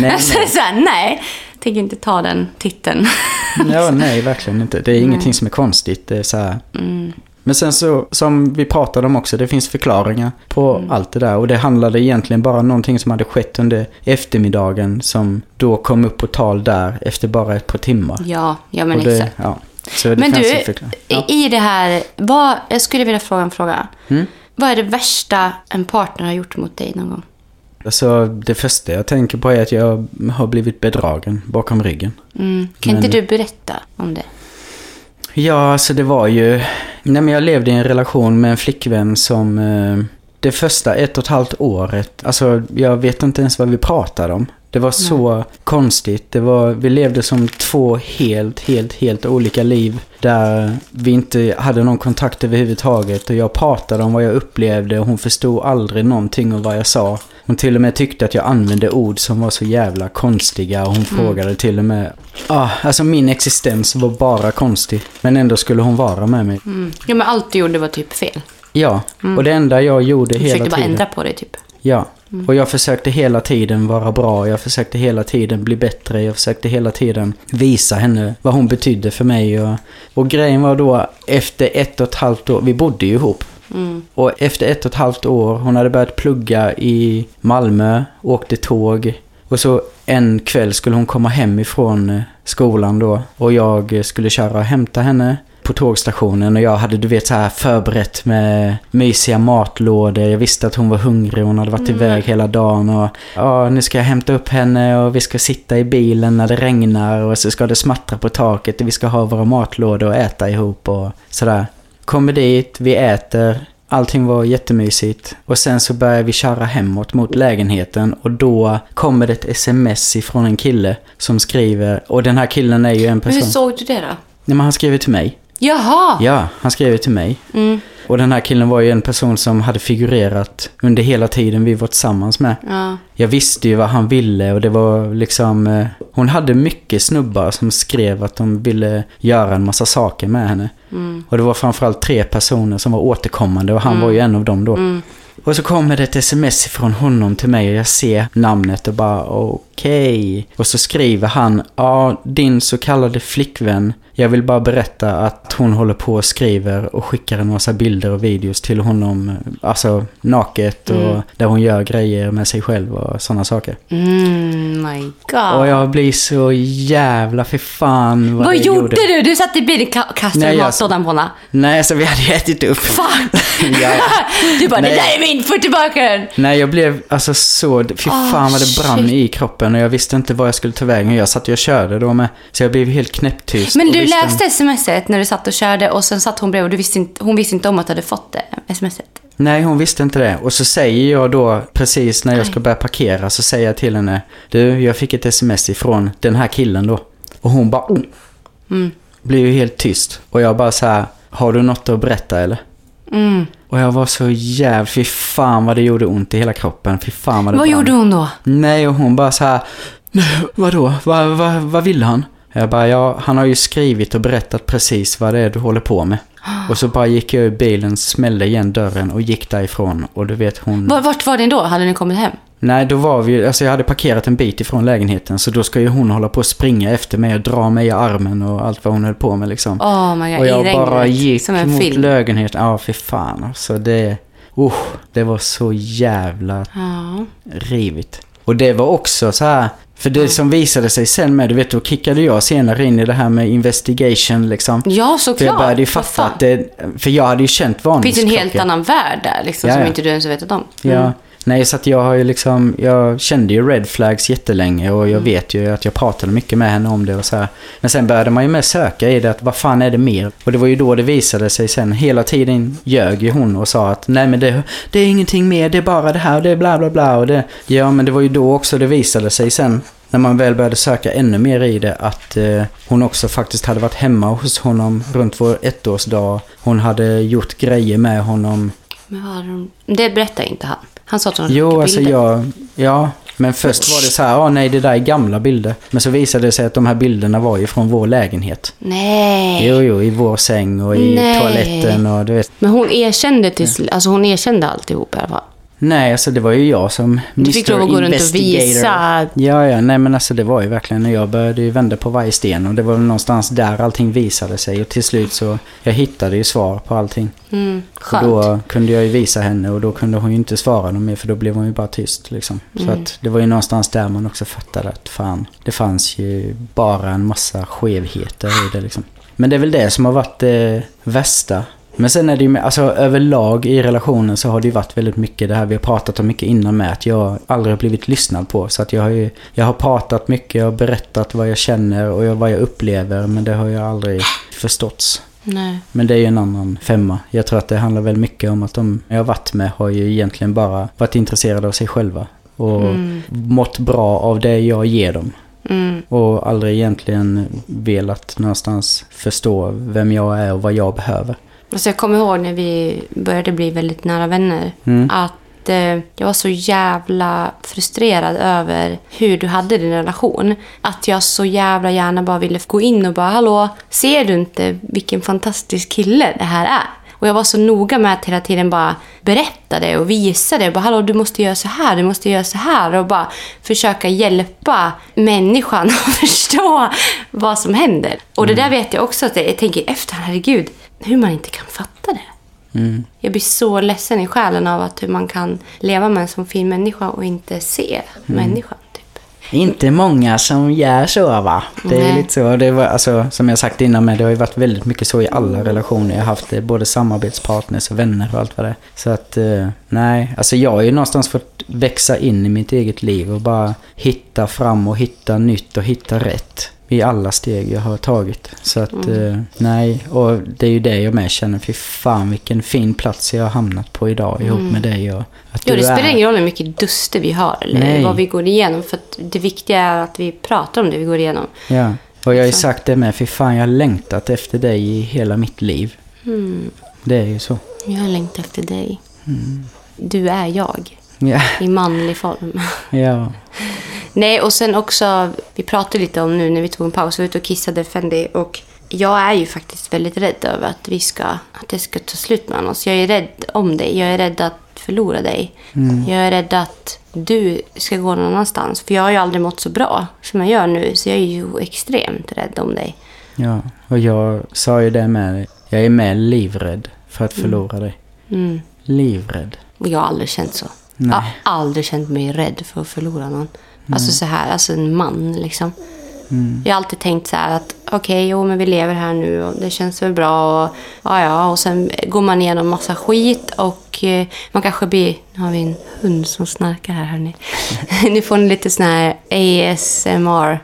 Nej. Tänker inte ta den titeln.
Ja, nej, verkligen inte. Det är ingenting som är konstigt. Det är så här. Men sen så, som vi pratade om också, det finns förklaringar på allt det där. Och det handlade egentligen bara om någonting som hade skett under eftermiddagen som då kom upp på tal där efter bara ett par timmar.
Ja men exakt.
Ja. Så det
men du,
ja.
I det här, jag skulle vilja fråga en fråga. Vad är det värsta en partner har gjort mot dig någon gång?
Alltså, det första jag tänker på är att jag har blivit bedragen bakom ryggen.
Kan inte du berätta om det?
Ja, alltså det var ju... Nej, men jag levde i en relation med en flickvän som... det första 1,5 året... Alltså, jag vet inte ens vad vi pratade om. Det var så konstigt. Vi levde som 2 helt olika liv. Där vi inte hade någon kontakt överhuvudtaget. Och jag pratade om vad jag upplevde. Och hon förstod aldrig någonting av vad jag sa. Hon till och med tyckte att jag använde ord som var så jävla konstiga. Och hon frågade till och med... alltså min existens var bara konstig. Men ändå skulle hon vara med mig.
Ja, men allt du gjorde var typ fel.
Ja, och det enda jag gjorde hela tiden...
Du försökte bara ändra på det typ.
Ja, och jag försökte hela tiden vara bra. Jag försökte hela tiden bli bättre. Jag försökte hela tiden visa henne vad hon betydde för mig. Och grejen var då, efter 1,5 år... Vi bodde ju ihop. Och efter 1,5 år, hon hade börjat plugga i Malmö, åkte tåg. Och så en kväll skulle hon komma hem ifrån skolan då. Och jag skulle köra och hämta henne på tågstationen. Och jag hade, du vet, så här förberett med mysiga matlådor. Jag visste att hon var hungrig. Hon hade varit iväg hela dagen. Och nu ska jag hämta upp henne och vi ska sitta i bilen när det regnar. Och så ska det smattra på taket och vi ska ha våra matlådor och äta ihop och sådär. Kommer dit, vi äter. Allting var jättemysigt. Och sen så börjar vi köra hemåt mot lägenheten. Och då kommer det ett sms ifrån en kille som skriver. Och den här killen är ju en person.
Men hur såg du det då?
Nej, men han skrev till mig.
Jaha!
Ja, han skrev till mig. Och den här killen var ju en person som hade figurerat under hela tiden vi var tillsammans med.
Ja.
Jag visste ju vad han ville och det var liksom... hon hade mycket snubbar som skrev att de ville göra en massa saker med henne. Och det var framförallt 3 personer som var återkommande och han var ju en av dem då. Och så kommer det ett sms från honom till mig och jag ser namnet och bara okej. Och så skriver han, din så kallade flickvän, jag vill bara berätta att hon håller på och skriver och skickar en massa bilder och videos till honom, alltså naket och där hon gör grejer med sig själv och sådana saker.
My God.
Och jag blir så jävla för fan
vad gjorde du? Du satt i bilen och kastade matlådan på henne.
Nej, så vi hade ätit upp.
Fuck! Du bara, det där är min, få tillbaka den.
Nej, jag blev alltså så... Fy fan vad det brann i kroppen och jag visste inte vad jag skulle ta vägen. Jag satt och körde då med, så jag blev helt knäpptyst.
Men du läste smset när du satt och körde och sen satt hon bredvid och hon visste inte om att du hade fått det, smset.
Nej, hon visste inte det. Och så säger jag då, precis när jag ska börja parkera, så säger jag till henne, du, jag fick ett sms ifrån den här killen då. Och hon bara, blir ju helt tyst. Och jag bara så här, har du något att berätta eller? Och jag var så jävla, fy fan vad det gjorde ont i hela kroppen. Fy fan vad
brann. Gjorde hon då?
Nej, och hon bara så här, vadå? Vad vill han? Jag bara, han har ju skrivit och berättat precis vad det är du håller på med. Och så bara gick jag ur bilen, smällde igen dörren och gick därifrån. Och du vet hon...
Vart var den då? Hade ni kommit hem?
Nej, då var vi, alltså jag hade parkerat en bit ifrån lägenheten. Så då ska ju hon hålla på att springa efter mig och dra mig i armen och allt vad hon höll på med liksom.
My God,
och jag bara gick mot
film.
lägenheten. Ja, för fan. Alltså det var så jävla rivigt. Och det var också så här... För det som visade sig sen med, du vet, då kickade jag senare in i det här med investigation liksom.
Ja, såklart.
För jag började ju fatta att för jag hade ju känt varningsklockor.
Det finns en helt annan värld där liksom, som inte du ens vet om.
Ja, Nej, så att jag har ju liksom, jag kände ju red flags jättelänge och jag vet ju att jag pratade mycket med henne om det och så här. Men sen började man ju med söka i det, att vad fan är det mer? Och det var ju då det visade sig sen, hela tiden ljög ju hon och sa att nej men det är ingenting mer, det är bara det här och det är bla bla bla och det, ja men det var ju då också det visade sig sen, när man väl började söka ännu mer i det, att hon också faktiskt hade varit hemma hos honom runt vår 1-årsdag. Hon hade gjort grejer med honom.
Men det berättar inte han. Han sa att hon
jo, alltså ja, men först var det så här, nej det där är gamla bilder. Men så visade det sig att de här bilderna var ju från vår lägenhet.
Nej.
Jo, i vår säng och i toaletten och du vet.
Men hon erkände hon erkände alltihop i alla fall.
Nej, alltså det var ju jag som
du fick lov att gå runt och visa.
Ja, nej men alltså det var ju verkligen när jag började ju vända på varje sten och det var väl någonstans där allting visade sig och till slut så jag hittade ju svar på allting.
Skönt.
Och då kunde jag ju visa henne och då kunde hon ju inte svara något mer för då blev hon ju bara tyst liksom. Så att det var ju någonstans där man också fattade att fan, det fanns ju bara en massa skevheter i det liksom. Men det är väl det som har varit det värsta. Men sen är det ju, alltså överlag i relationen så har det ju varit väldigt mycket det här vi har pratat om mycket innan med att jag aldrig har blivit lyssnad på. Så att jag har pratat mycket och berättat vad jag känner och vad jag upplever, men det har jag aldrig förståtts.
Nej.
Men det är ju en annan femma. Jag tror att det handlar väl mycket om att de jag har varit med har ju egentligen bara varit intresserade av sig själva och mått bra av det jag ger dem. Och aldrig egentligen velat någonstans förstå vem jag är och vad jag behöver.
Alltså jag kommer ihåg när vi började bli väldigt nära vänner att jag var så jävla frustrerad över hur du hade din relation. Att jag så jävla gärna bara ville gå in och bara, hallå, ser du inte vilken fantastisk kille det här är? Och jag var så noga med att hela tiden bara berätta det och visa det. Bara, hallå, du måste göra så här, du måste göra så här. Och bara försöka hjälpa människan att förstå vad som händer. Och det där vet jag också att jag tänker efter, herregud, hur man inte kan fatta det. Jag blir så ledsen i själen av att hur man kan leva med en sån fin människa och inte se människan.
Inte många som gör så, va? Det är lite så. Det var, alltså, som jag sagt innan med, det har ju varit väldigt mycket så i alla relationer. Jag har haft både samarbetspartners och vänner och allt vad det är. Så att, nej. Alltså jag har ju någonstans fått växa in i mitt eget liv och bara hitta fram och hitta nytt och hitta rätt i alla steg jag har tagit. Så att, nej. Och det är ju det jag med känner. Fy fan, vilken fin plats jag har hamnat på idag ihop med dig. Och att
det spelar ingen roll hur mycket duster vi har eller vad vi går igenom. För att det viktiga är att vi pratar om det vi går igenom.
Ja, och jag har ju sagt det med. Fy fan, jag har längtat efter dig i hela mitt liv. Det är ju så.
Jag har längtat efter dig. Du är jag. Ja. I manlig form.
Ja.
Nej, och sen också, vi pratade lite om nu när vi tog en paus och var ute och kissade Fendi, och jag är ju faktiskt väldigt rädd över att det ska ta slut med oss. Jag är rädd om dig, jag är rädd att förlora dig. Jag är rädd att du ska gå någon annanstans, för jag har ju aldrig mått så bra som jag gör nu, så jag är ju extremt rädd om dig. Ja,
och jag sa ju det med dig. Jag är med livrädd för att förlora dig. Livrädd.
Och jag har aldrig känt så. Nej. Jag har aldrig känt mig rädd för att förlora någon. Alltså så här, alltså en man liksom. Jag har alltid tänkt så här att okej, men vi lever här nu och det känns väl bra och ja, och sen går man igenom massa skit och man kanske blir, nu har vi en hund som snarkar här hörni. Nu får ni lite sån här ASMR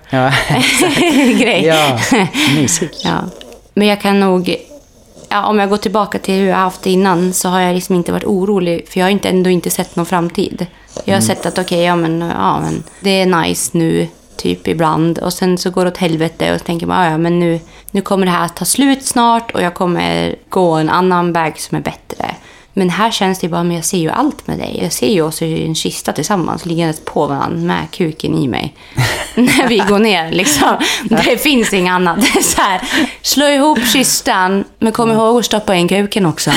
grej.
Ja, mysigt.
Ja. Men jag kan nog, om jag går tillbaka till hur jag har haft det innan, så har jag liksom inte varit orolig, för jag har ändå inte sett någon framtid. Jag har sett att men det är nice nu typ ibland, och sen så går det åt helvete och så tänker man men nu kommer det här att ta slut snart och jag kommer gå en annan väg som är bättre. Men här känns det bara, men jag ser ju allt med dig. Jag ser ju oss i en kista tillsammans, liggandes på varandra med kuken i mig. När vi går ner, liksom. Det finns inget annat. Det är så här, slå ihop kistan, men kom ihåg att stoppa in kuken också.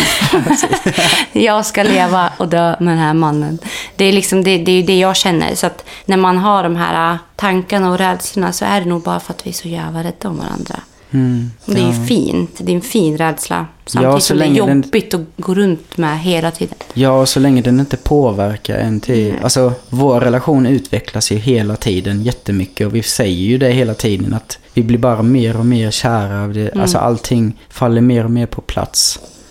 Jag ska leva och dö med den här mannen. Det är liksom, det är ju det jag känner. Så att när man har de här tankarna och rädslorna, så är det nog bara för att vi är så jävla rädda om varandra. Det är ju fint. Det är en fin rädsla. Samtidigt som det är jobbigt att gå runt med hela tiden. Ja, och så länge den inte påverkar en till. Alltså, vår relation utvecklas ju hela tiden jättemycket. Och vi säger ju det hela tiden, att vi blir bara mer och mer kära av det. Alltså allting faller mer och mer på plats.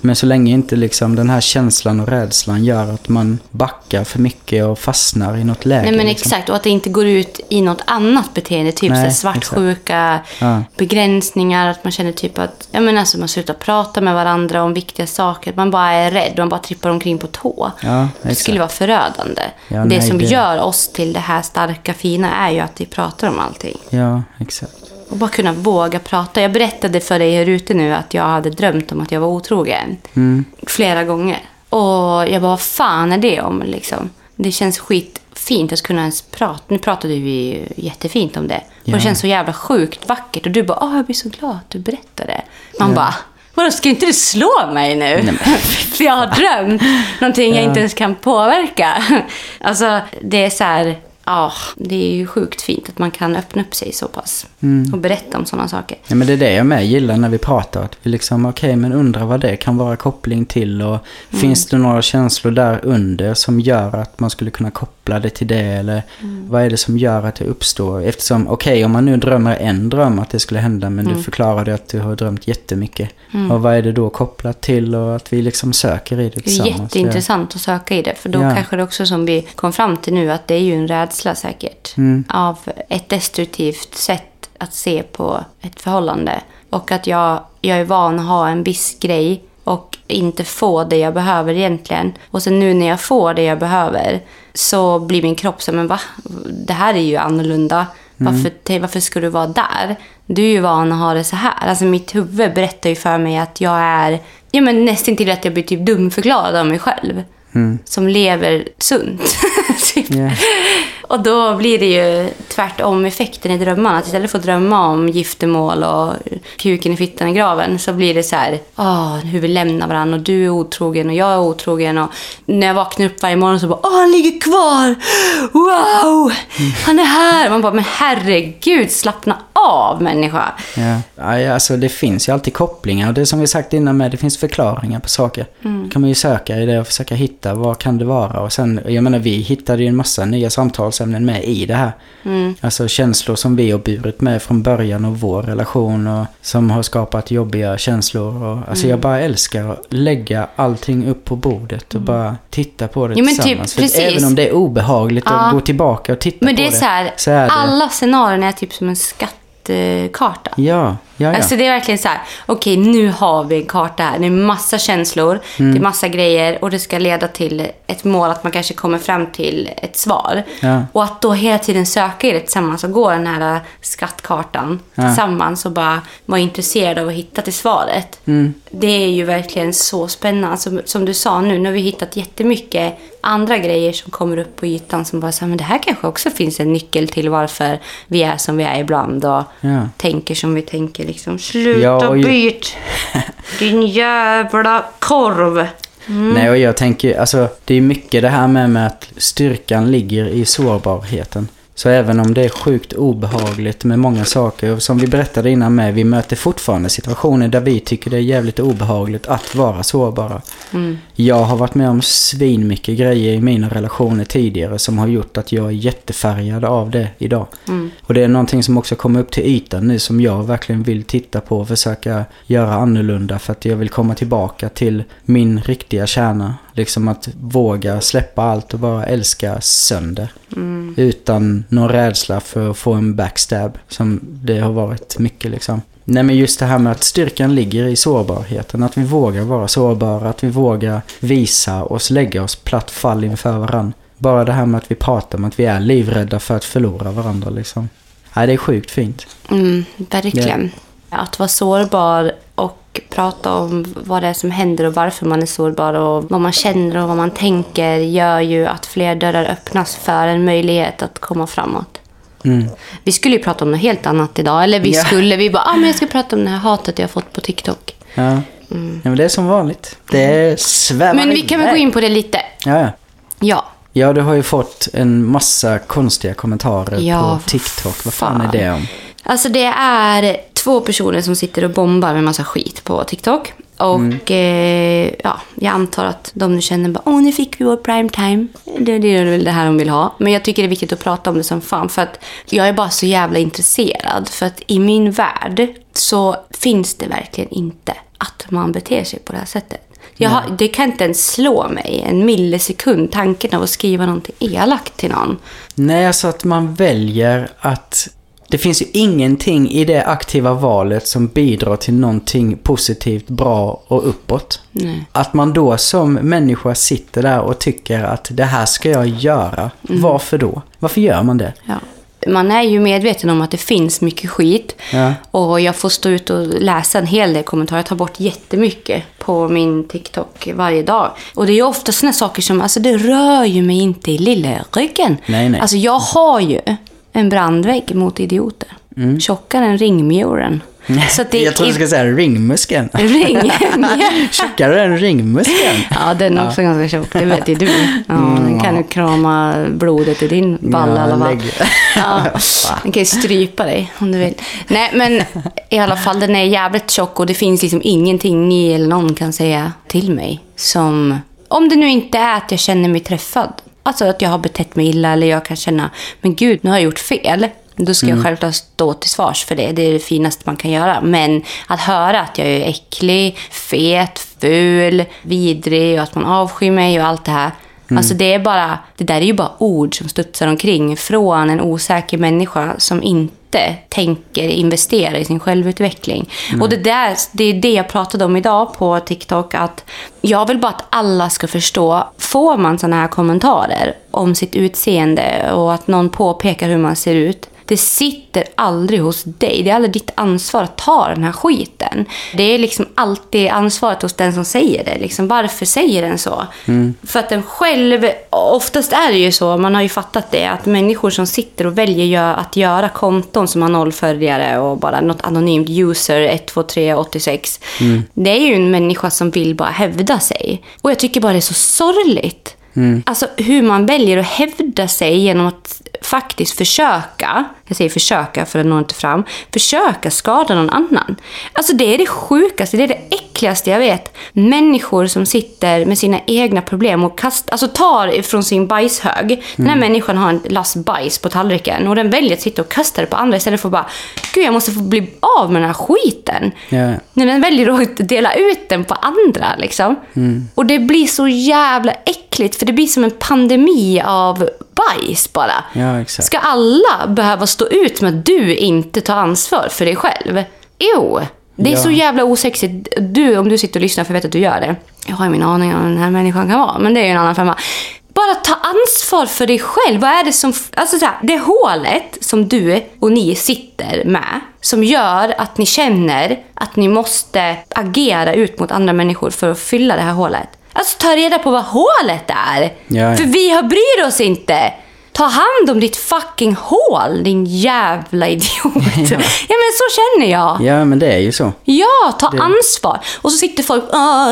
Men så länge inte liksom den här känslan och rädslan gör att man backar för mycket och fastnar i något läge.
Nej, men
liksom.
exakt. Och att det inte går ut i något annat beteende. Typ så svartsjuka, begränsningar. Att man känner typ att alltså man slutar prata med varandra om viktiga saker. Man bara är rädd. Man bara trippar omkring på tå.
Ja,
det skulle vara förödande.
Ja,
det som gör oss till det här starka, fina är ju att vi pratar om allting.
Ja, exakt.
Och bara kunna våga prata. Jag berättade för dig här ute nu att jag hade drömt om att jag var otrogen. Flera gånger. Och jag bara, vad fan är det om liksom? Det känns skitfint att kunna ens prata. Nu pratade vi jättefint om det. Och det känns så jävla sjukt vackert. Och du bara, jag blir så glad att du berättade. Man bara, vadå, ska inte du slå mig nu? Nej, för jag har drömt någonting jag inte ens kan påverka. Alltså, det är så här... Ja, det är ju sjukt fint att man kan öppna upp sig så pass och berätta om sådana saker.
Ja, men det är det jag med gillar när vi pratar. Att vi liksom, okej, men undrar vad det kan vara koppling till. Och finns det några känslor där under som gör att man skulle kunna koppla det till det? Eller vad är det som gör att det uppstår? Eftersom, om man nu drömmer en dröm att det skulle hända, men du förklarade att du har drömt jättemycket. Och vad är det då kopplat till och att vi liksom söker i det tillsammans?
Det är jätteintressant att söka i det. För då kanske det också som vi kom fram till nu att det är ju en rädsla säkert. Av ett destruktivt sätt att se på ett förhållande. Och att jag är van att ha en viss grej och inte få det jag behöver egentligen. Och sen nu när jag får det jag behöver så blir min kropp så, men va? Det här är ju annorlunda. Varför ska du vara där? Du är ju van att ha det så här. Alltså mitt huvud berättar ju för mig att jag är nästan till att jag blir typ dumförklarad av mig själv. Som lever sunt. Typ. Och då blir det ju tvärtom effekten i drömmarna. Att istället för att drömma om giftermål och kuken i fittan i graven så blir det så här, hur vi lämnar varandra och du är otrogen och jag är otrogen. Och när jag vaknar upp varje morgon så bara, han ligger kvar! Wow! Han är här! Man bara, men herregud, slappna av människa.
Ja, alltså det finns ju alltid kopplingar. Och det som vi sagt innan med, det finns förklaringar på saker. Kan man ju söka i det och försöka hitta, vad kan det vara? Och sen, jag menar, vi hittade ju en massa nya samtalsämnen med i det här. Alltså känslor som vi har burit med från början av vår relation och som har skapat jobbiga känslor. Och, alltså jag bara älskar att lägga allting upp på bordet och bara titta på det tillsammans.
Typ,
för även om det är obehagligt att gå tillbaka och titta
men
på
det. Men det är så här, alla scenarier är typ som en skattkarta.
Ja.
Alltså det är verkligen så här, okej, nu har vi en karta här. Det är massa känslor, det är massa grejer och det ska leda till ett mål, att man kanske kommer fram till ett svar. Och att då hela tiden söka i det tillsammans och gå den här skattkartan tillsammans och bara vara intresserad av att hitta till svaret. Det är ju verkligen så spännande. Alltså, som du sa nu har vi hittat jättemycket andra grejer som kommer upp på ytan som bara så här, men det här kanske också finns en nyckel till varför vi är som vi är ibland och tänker som vi tänker. Liksom, sluta byt din jävla korv.
Nej, och jag tänker, alltså det är mycket det här med att styrkan ligger i sårbarheten. Så även om det är sjukt obehagligt med många saker, som vi berättade innan med, vi möter fortfarande situationer där vi tycker det är jävligt obehagligt att vara sårbara. Jag har varit med om svin mycket grejer i mina relationer tidigare som har gjort att jag är jättefärgad av det idag. Och det är någonting som också kommer upp till ytan nu som jag verkligen vill titta på och försöka göra annorlunda, för att jag vill komma tillbaka till min riktiga kärna. Liksom att våga släppa allt och bara älska sönder. Utan någon rädsla för att få en backstab som det har varit mycket liksom. Nej, men just det här med att styrkan ligger i sårbarheten. Att vi vågar vara sårbara, att vi vågar visa oss, lägga oss platt fall inför varandra. Bara det här med att vi pratar om att vi är livrädda för att förlora varandra liksom. Nej, det är sjukt fint.
Verkligen. Att vara sårbar och prata om vad det är som händer och varför man är sårbar och vad man känner och vad man tänker gör ju att fler dörrar öppnas för en möjlighet att komma framåt. Vi skulle ju prata om något helt annat idag. Eller vi bara, men jag ska prata om det här hatet jag har fått på TikTok.
Ja, men det är som vanligt. Det svävar.
Men vi kan väl gå in på det lite. Ja,
du har ju fått en massa konstiga kommentarer på TikTok. Vad fan är det om?
Alltså det är 2 personer som sitter och bombar med massa skit på TikTok. Och jag antar att de nu känner bara, nu fick vi vår prime time. Det är väl det här de vill ha. Men jag tycker det är viktigt att prata om det som fan. För att jag är bara så jävla intresserad. För att i min värld så finns det verkligen inte att man beter sig på det här sättet. Det kan inte ens slå mig en millisekund tanken av att skriva någonting elakt till någon.
Nej, alltså att man väljer att... Det finns ju ingenting i det aktiva valet som bidrar till någonting positivt, bra och uppåt.
Nej.
Att man då som människa sitter där och tycker att det här ska jag göra. Varför då? Varför gör man det?
Ja. Man är ju medveten om att det finns mycket skit.
Ja.
Och jag får stå ut och läsa en hel del kommentarer. Jag tar bort jättemycket på min TikTok varje dag. Och det är ju ofta såna saker som, alltså det rör ju mig inte i lilla ryggen.
Nej.
Alltså jag har ju en brandvägg mot idioter. Tjockare än ringmuren. Så att
Jag tror du ska säga ringmuskeln. Tjockare än ringmuskeln.
Ja, den är också ganska tjock, det vet ju du. Ja, den kan ju krama blodet i din ball i alla fall. Ja, den kan ju strypa dig om du vill. Nej, men i alla fall den är jävligt tjock och det finns liksom ingenting ni eller någon kan säga till mig som, om det nu inte är att jag känner mig träffad. Alltså att jag har betett mig illa eller jag kan känna, men gud, nu har jag gjort fel. Då ska jag självklart stå till svars för det. Det är det finaste man kan göra. Men att höra att jag är äcklig, fet, ful, vidrig och att man avskyr mig och allt det här. Alltså det där är ju bara ord som studsar omkring från en osäker människa som inte tänker investera i sin självutveckling. Och det är det jag pratade om idag på TikTok, att jag vill bara att alla ska förstå, får man såna här kommentarer om sitt utseende och att någon påpekar hur man ser ut, det sitter aldrig hos dig. Det är aldrig ditt ansvar att ta den här skiten. Det är liksom alltid ansvaret hos den som säger det. Liksom, varför säger den så? För att den själv, oftast är det ju så, man har ju fattat det, att människor som sitter och väljer att göra konton som har 0 följare och bara något anonymt user 12386. Det är ju en människa som vill bara hävda sig. Och jag tycker bara det är så sorgligt. Alltså hur man väljer att hävda sig genom att faktiskt försöka, jag säger försöka för att nå inte fram, försöka skada någon annan. Alltså det är det sjukaste, det är det äckligaste jag vet. Människor som sitter med sina egna problem och tar från sin bajshög. Den här människan har en last bajs på tallriken och den väljer att sitta och kasta det på andra istället för att bara, gud jag måste få bli av med den här skiten.
Yeah.
När den väljer att dela ut den på andra liksom. Och det blir så jävla äckligt, för det blir som en pandemi av bajs bara.
Ja, exakt.
Ska alla behöva stå ut med att du inte tar ansvar för dig själv? Jo, det är så jävla osexigt. Om du sitter och lyssnar, för jag vet att du gör det. Jag har ju min aning om den här människan kan vara, men det är ju en annan femma. Bara ta ansvar för dig själv. Vad är det som... Alltså så här, det hålet som du och ni sitter med, som gör att ni känner att ni måste agera ut mot andra människor för att fylla det här hålet. Alltså ta reda på vad hålet är.
Ja. För
vi har bryr oss inte. Ta hand om ditt fucking hål, din jävla idiot. Ja, men så känner jag.
Ja, men det är ju så.
Ja, ta ansvar. Och så sitter folk,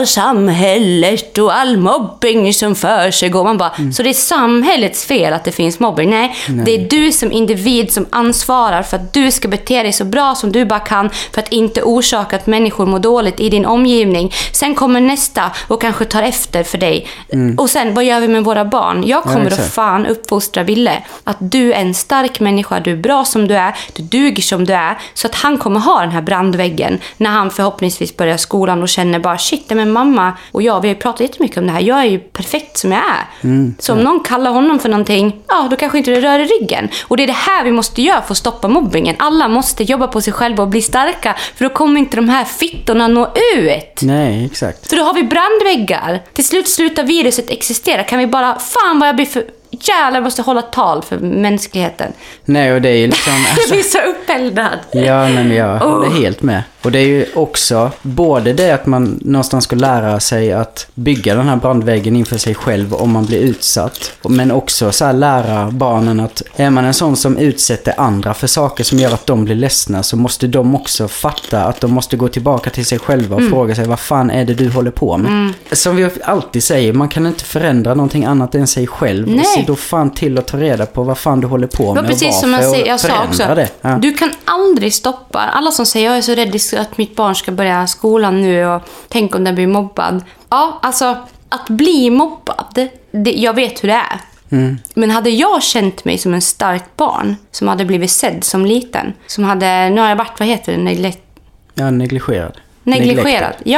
samhället och all mobbing som för sig går. Man bara, så det är samhällets fel att det finns mobbing? Nej, det är du som individ som ansvarar för att du ska bete dig så bra som du bara kan, för att inte orsaka att människor mår dåligt i din omgivning. Sen kommer nästa och kanske tar efter för dig. Och sen, vad gör vi med våra barn? Jag kommer att fan uppfostra Ville, att du är en stark människa, du är bra som du är, du duger som du är, så att han kommer ha den här brandväggen när han förhoppningsvis börjar skolan och känner bara, shit, men mamma och jag, vi har pratat jättemycket om det här, jag är ju perfekt som jag är. Så om någon kallar honom för någonting, då kanske inte det rör i ryggen. Och det är det här vi måste göra för att stoppa mobbingen. Alla måste jobba på sig själva och bli starka, för då kommer inte de här fittorna nå ut.
Nej, exakt.
För då har vi brandväggar. Till slut slutar viruset existera. Kan vi bara, fan vad jag blir för... Jävlar, jag måste hålla tal för mänskligheten.
Nej, och det är ju liksom...
Jag blir så uppeldad.
Ja, men jag håller helt med. Och det är ju också både det att man någonstans ska lära sig att bygga den här brandväggen inför sig själv om man blir utsatt. Men också så här lära barnen att är man en sån som utsätter andra för saker som gör att de blir ledsna, så måste de också fatta att de måste gå tillbaka till sig själva och fråga sig, vad fan är det du håller på med? Som vi alltid säger, man kan inte förändra någonting annat än sig själv.
Nej.
Och se då fan till att ta reda på vad fan du håller på med.
Precis som jag sa också.
Det. Ja.
Du kan aldrig stoppa. Alla som säger, jag är så rädd att mitt barn ska börja skolan nu och tänk om den blir mobbad. Ja, alltså att bli mobbad, jag vet hur det är. Men hade jag känt mig som en stark barn som hade blivit sedd som liten, som hade, nu har jag varit, vad heter det?
Negligerad.
Negligerad, ja.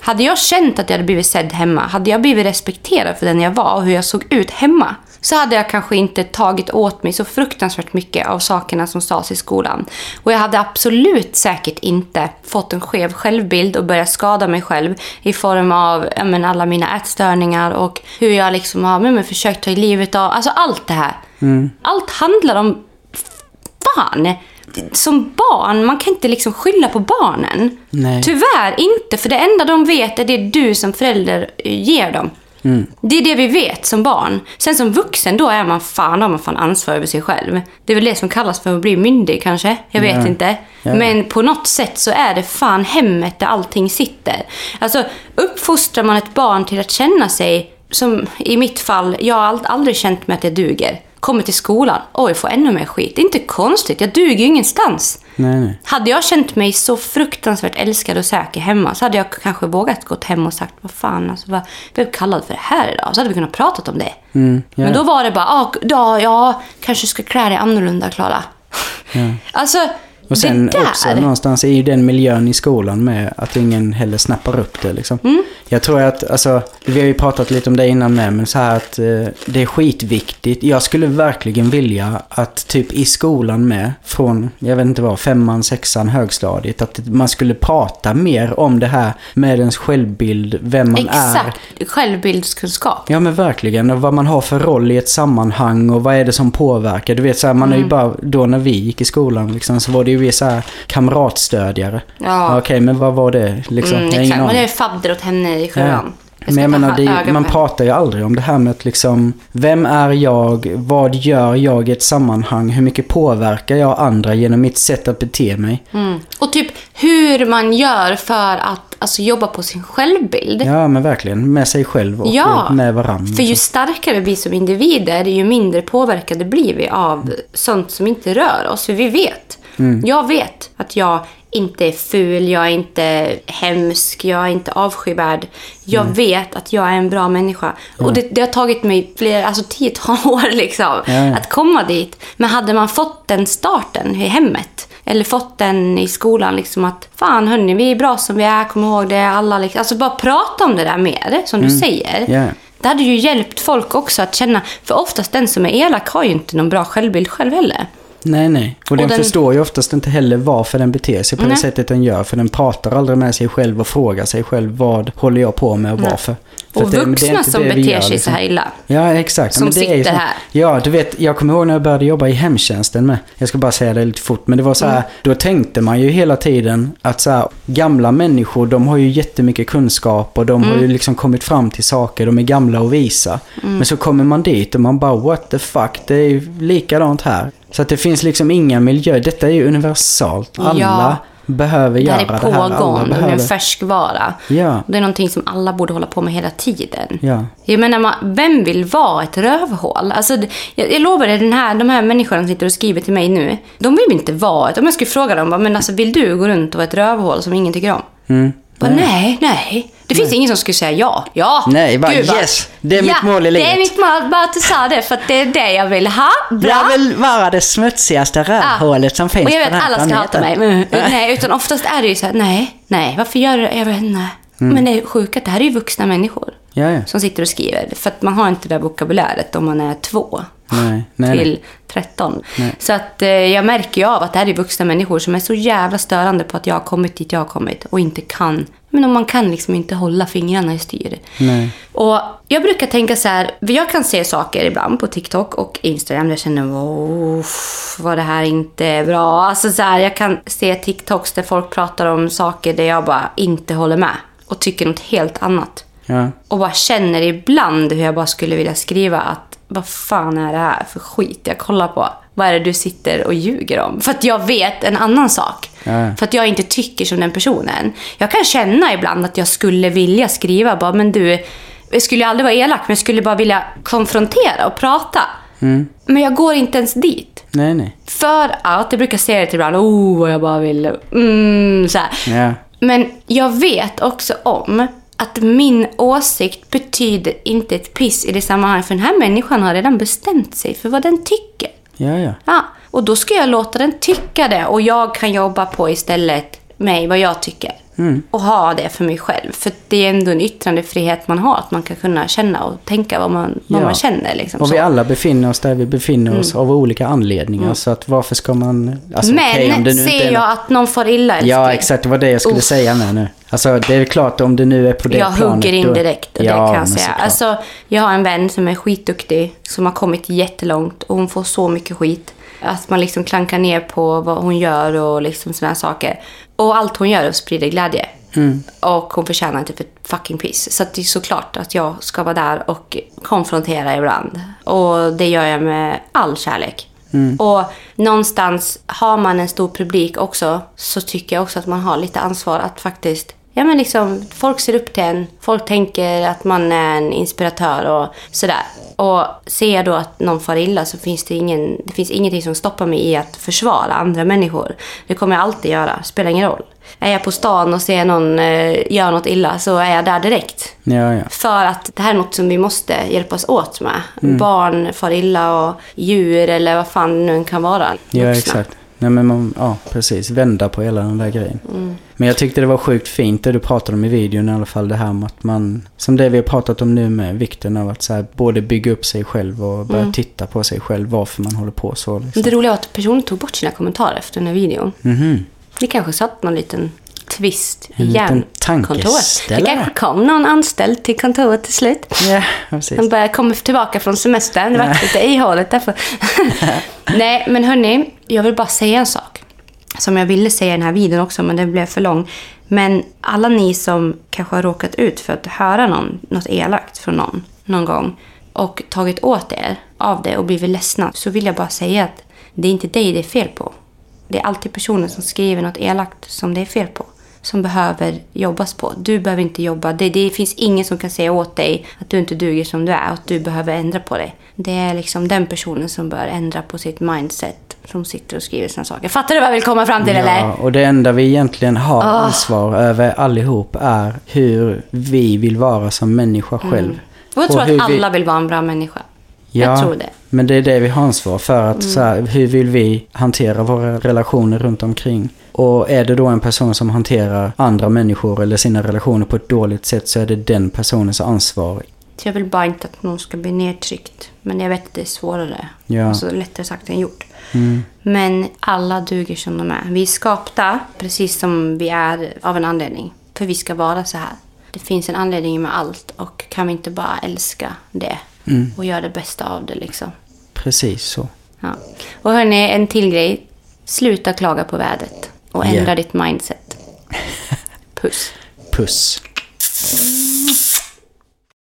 Hade jag känt att jag hade blivit sedd hemma, hade jag blivit respekterad för den jag var och hur jag såg ut hemma, så hade jag kanske inte tagit åt mig så fruktansvärt mycket av sakerna som sades i skolan. Och jag hade absolut säkert inte fått en skev självbild och börjat skada mig själv i form av alla mina ätstörningar och hur jag liksom har försökt ta i livet av. Alltså allt det här. Allt handlar om fan. Som barn, man kan inte liksom skylla på barnen.
Nej.
Tyvärr inte, för det enda de vet är det du som förälder ger dem. Det är det vi vet som barn. Sen som vuxen, då har man fan ansvar över sig själv. Det är väl det som kallas för att bli myndig kanske. Jag vet inte. Ja. Men på något sätt så är det fan hemmet där allting sitter. Alltså uppfostrar man ett barn till att känna sig, som i mitt fall, jag har aldrig känt mig att jag duger. Kommer till skolan, jag får ännu mer skit. Det är inte konstigt, jag duger ju ingenstans.
Nej.
Hade jag känt mig så fruktansvärt älskad och säker hemma, så hade jag kanske vågat gått hem och sagt, vad fan, alltså, vad blev kallad för det här idag? Så hade vi kunnat prata om det. Men då var det bara, jag kanske ska klä dig annorlunda, Klara. Alltså,
och sen också någonstans i den miljön i skolan med att ingen heller snappar upp det liksom. Jag tror att, alltså, vi har ju pratat lite om det innan med, men så här att det är skitviktigt. Jag skulle verkligen vilja att typ i skolan med, från, jag vet inte vad, 5:an, 6:an, högstadiet, att man skulle prata mer om det här med ens självbild, vem man är.
Exakt, självbildskunskap.
Ja men verkligen, och vad man har för roll i ett sammanhang och vad är det som påverkar. Du vet så här, man är ju bara, då när vi gick i skolan liksom, så var det ju vi så här kamratstödjare. Ja. Okej, men vad var det liksom?
Exakt, men det är fadder åt henne i sjöan.
Men jag menar, man pratar ju aldrig om det här med att liksom, vem är jag, vad gör jag i ett sammanhang, hur mycket påverkar jag andra genom mitt sätt att bete mig.
Och typ hur man gör för att jobba på sin självbild.
Ja, men verkligen, med sig själv och med varandra.
För ju starkare vi som individer, ju mindre påverkade blir vi av sånt som inte rör oss. För vi vet. Jag vet att jag inte är ful, jag är inte hemsk, jag är inte avskyvärd. Jag vet att jag är en bra människa. Och det har tagit mig 10-tal år liksom, att komma dit. Men hade man fått den starten i hemmet, eller fått den i skolan liksom, att fan hörni, vi är bra som vi är, kom ihåg det, alla liksom, alltså bara prata om det där mer, som du säger. Det hade ju hjälpt folk också att känna, för oftast den som är elak har ju inte någon bra självbild själv heller.
Nej. Och den förstår ju oftast inte heller varför den beter sig på det sättet den gör. För den pratar aldrig med sig själv och frågar sig själv, vad håller jag på med och varför. För
och vuxna som beter sig så här illa.
Ja, exakt.
Som
men det
sitter
är så,
här.
Ja, du vet, jag kommer ihåg när jag började jobba i hemtjänsten med. Jag ska bara säga det lite fort. Men det var så här, då tänkte man ju hela tiden att så här, gamla människor, de har ju jättemycket kunskap och de har ju liksom kommit fram till saker. De är gamla och visa. Men så kommer man dit och man bara, what the fuck, det är ju likadant här. Så att det finns liksom inga miljö. Detta är ju universalt. Alla behöver göra det här.
Det är pågående, det är en färskvara.
Ja.
Det är någonting som alla borde hålla på med hela tiden.
Ja.
Jag menar, vem vill vara ett rövhål? Alltså, jag lovar dig, de här människorna som sitter och skriver till mig nu, de vill inte vara ett. Om jag skulle fråga dem, men alltså, vill du gå runt och vara ett rövhål som ingen tycker om? Nej. Det finns ingen som skulle säga ja.
Nej, bara yes. Det är mitt mål i livet.
Det är mitt mål, bara att du sa det, för att det är det jag vill ha. Bra.
Jag vill vara det smutsigaste rövhålet som finns.
Och jag vet att alla ska hata mig. Nej, utan oftast är det ju så här, nej, varför gör du det? Jag vet inte. Men det är sjukt att det här är ju vuxna människor som sitter och skriver. För att man har inte det där vokabuläret om man är 2 till 13. Nej. Så att jag märker ju av att det här är vuxna människor som är så jävla störande på att jag har kommit dit jag har kommit och inte kan. Men om man kan liksom inte hålla fingrarna i styr.
Nej.
Och jag brukar tänka så här, jag kan se saker ibland på TikTok och Instagram där jag känner, vad det här inte är bra. Alltså så här, jag kan se TikToks där folk pratar om saker där jag bara inte håller med och tycker något helt annat.
Ja.
Och bara känner ibland hur jag bara skulle vilja skriva att vad fan är det här för skit jag kollar på? Vad är det du sitter och ljuger om? För att jag vet en annan sak. Ja. För att jag inte tycker som den personen. Jag kan känna ibland att jag skulle vilja skriva bara, men du, jag skulle aldrig vara elak, men jag skulle bara vilja konfrontera och prata. Men jag går inte ens dit.
Nej.
För att, jag brukar säga det till ibland, vad jag bara vill. Så här.
Ja.
Men jag vet också om att min åsikt betyder inte ett piss i det sammanhanget. För den här människan har redan bestämt sig för vad den tycker. Ja, och då ska jag låta den tycka det. Och jag kan jobba på istället med vad jag tycker. Och ha det för mig själv. För det är ändå en yttrandefrihet man har. Att man kan kunna känna och tänka vad man känner. Liksom,
och vi alla befinner oss där vi befinner oss av olika anledningar. Så att varför ska man... Alltså,
men
om det nu
ser
inte är
jag att någon får illa älskling.
Ja, exakt. Det var det jag skulle säga med nu. Alltså det är klart om det nu är på det
planet.
Jag
hugger in direkt, det kan jag säga.
Såklart.
Alltså, jag har en vän som är skitduktig. Som har kommit jättelångt. Och hon får så mycket skit. Att man liksom klankar ner på vad hon gör och liksom såna här saker. Och allt hon gör sprider glädje. Och hon förtjänar inte för fucking piss. Så att det är såklart att jag ska vara där och konfrontera ibland. Och det gör jag med all kärlek. Och någonstans har man en stor publik också, så tycker jag också att man har lite ansvar att faktiskt, ja men liksom, folk ser upp till en, folk tänker att man är en inspiratör och sådär. Och ser jag då att någon far illa så finns det finns ingenting som stoppar mig i att försvara andra människor. Det kommer jag alltid göra, spelar ingen roll. Är jag på stan och ser någon göra något illa så är jag där direkt.
Ja.
För att det här är något som vi måste hjälpas åt med. Barn far illa och djur eller vad fan det nu kan vara.
Ja, exakt. Nej, men precis. Vända på hela den där grejen. Men jag tyckte det var sjukt fint det du pratade om i videon i alla fall. Det här med att man, som det vi har pratat om nu med, vikten av att så här, både bygga upp sig själv och börja titta på sig själv, varför man håller på så. Liksom.
Det roliga var att personen tog bort sina kommentarer efter den här videon. Det kanske satt någon liten twist i kontoret. Det kanske kom någon anställd till kontoret till slut.
Ja, precis.
Han började komma tillbaka från semestern. Det var lite ihåligt därför. Nej, men hörni, jag vill bara säga en sak. Som jag ville säga i den här videon också, men den blev för lång. Men alla ni som kanske har råkat ut för att höra något elakt från någon gång och tagit åt er av det och blivit ledsna, så vill jag bara säga att det är inte dig det är fel på. Det är alltid personen som skriver något elakt som det är fel på. Som behöver jobbas på. Du behöver inte jobba. Det finns ingen som kan säga åt dig att du inte duger som du är. Och att du behöver ändra på dig. Det är liksom den personen som bör ändra på sitt mindset. Som sitter och skriver såna saker. Fattar du vad jag vill komma fram till eller?
Ja, och det enda vi egentligen har ansvar över allihop är hur vi vill vara som människa själv.
Och jag tror att alla vill vara en bra människa.
Ja,
jag tror det.
Men det är det vi har ansvar för. Att, så här, hur vill vi hantera våra relationer runt omkring? Och är det då en person som hanterar andra människor eller sina relationer på ett dåligt sätt, så är det den personens ansvar.
Så jag vill bara inte att någon ska bli nedtryckt. Men jag vet att det är svårare.
Ja.
Alltså lättare sagt än gjort. Men alla duger som de är. Vi är skapta precis som vi är av en anledning. För vi ska vara så här. Det finns en anledning med allt. Och kan vi inte bara älska det. Och göra det bästa av det liksom.
Precis så.
Ja. Och hörni, en till grej. Sluta klaga på vädret. Och ändra ditt mindset. Puss.
Puss.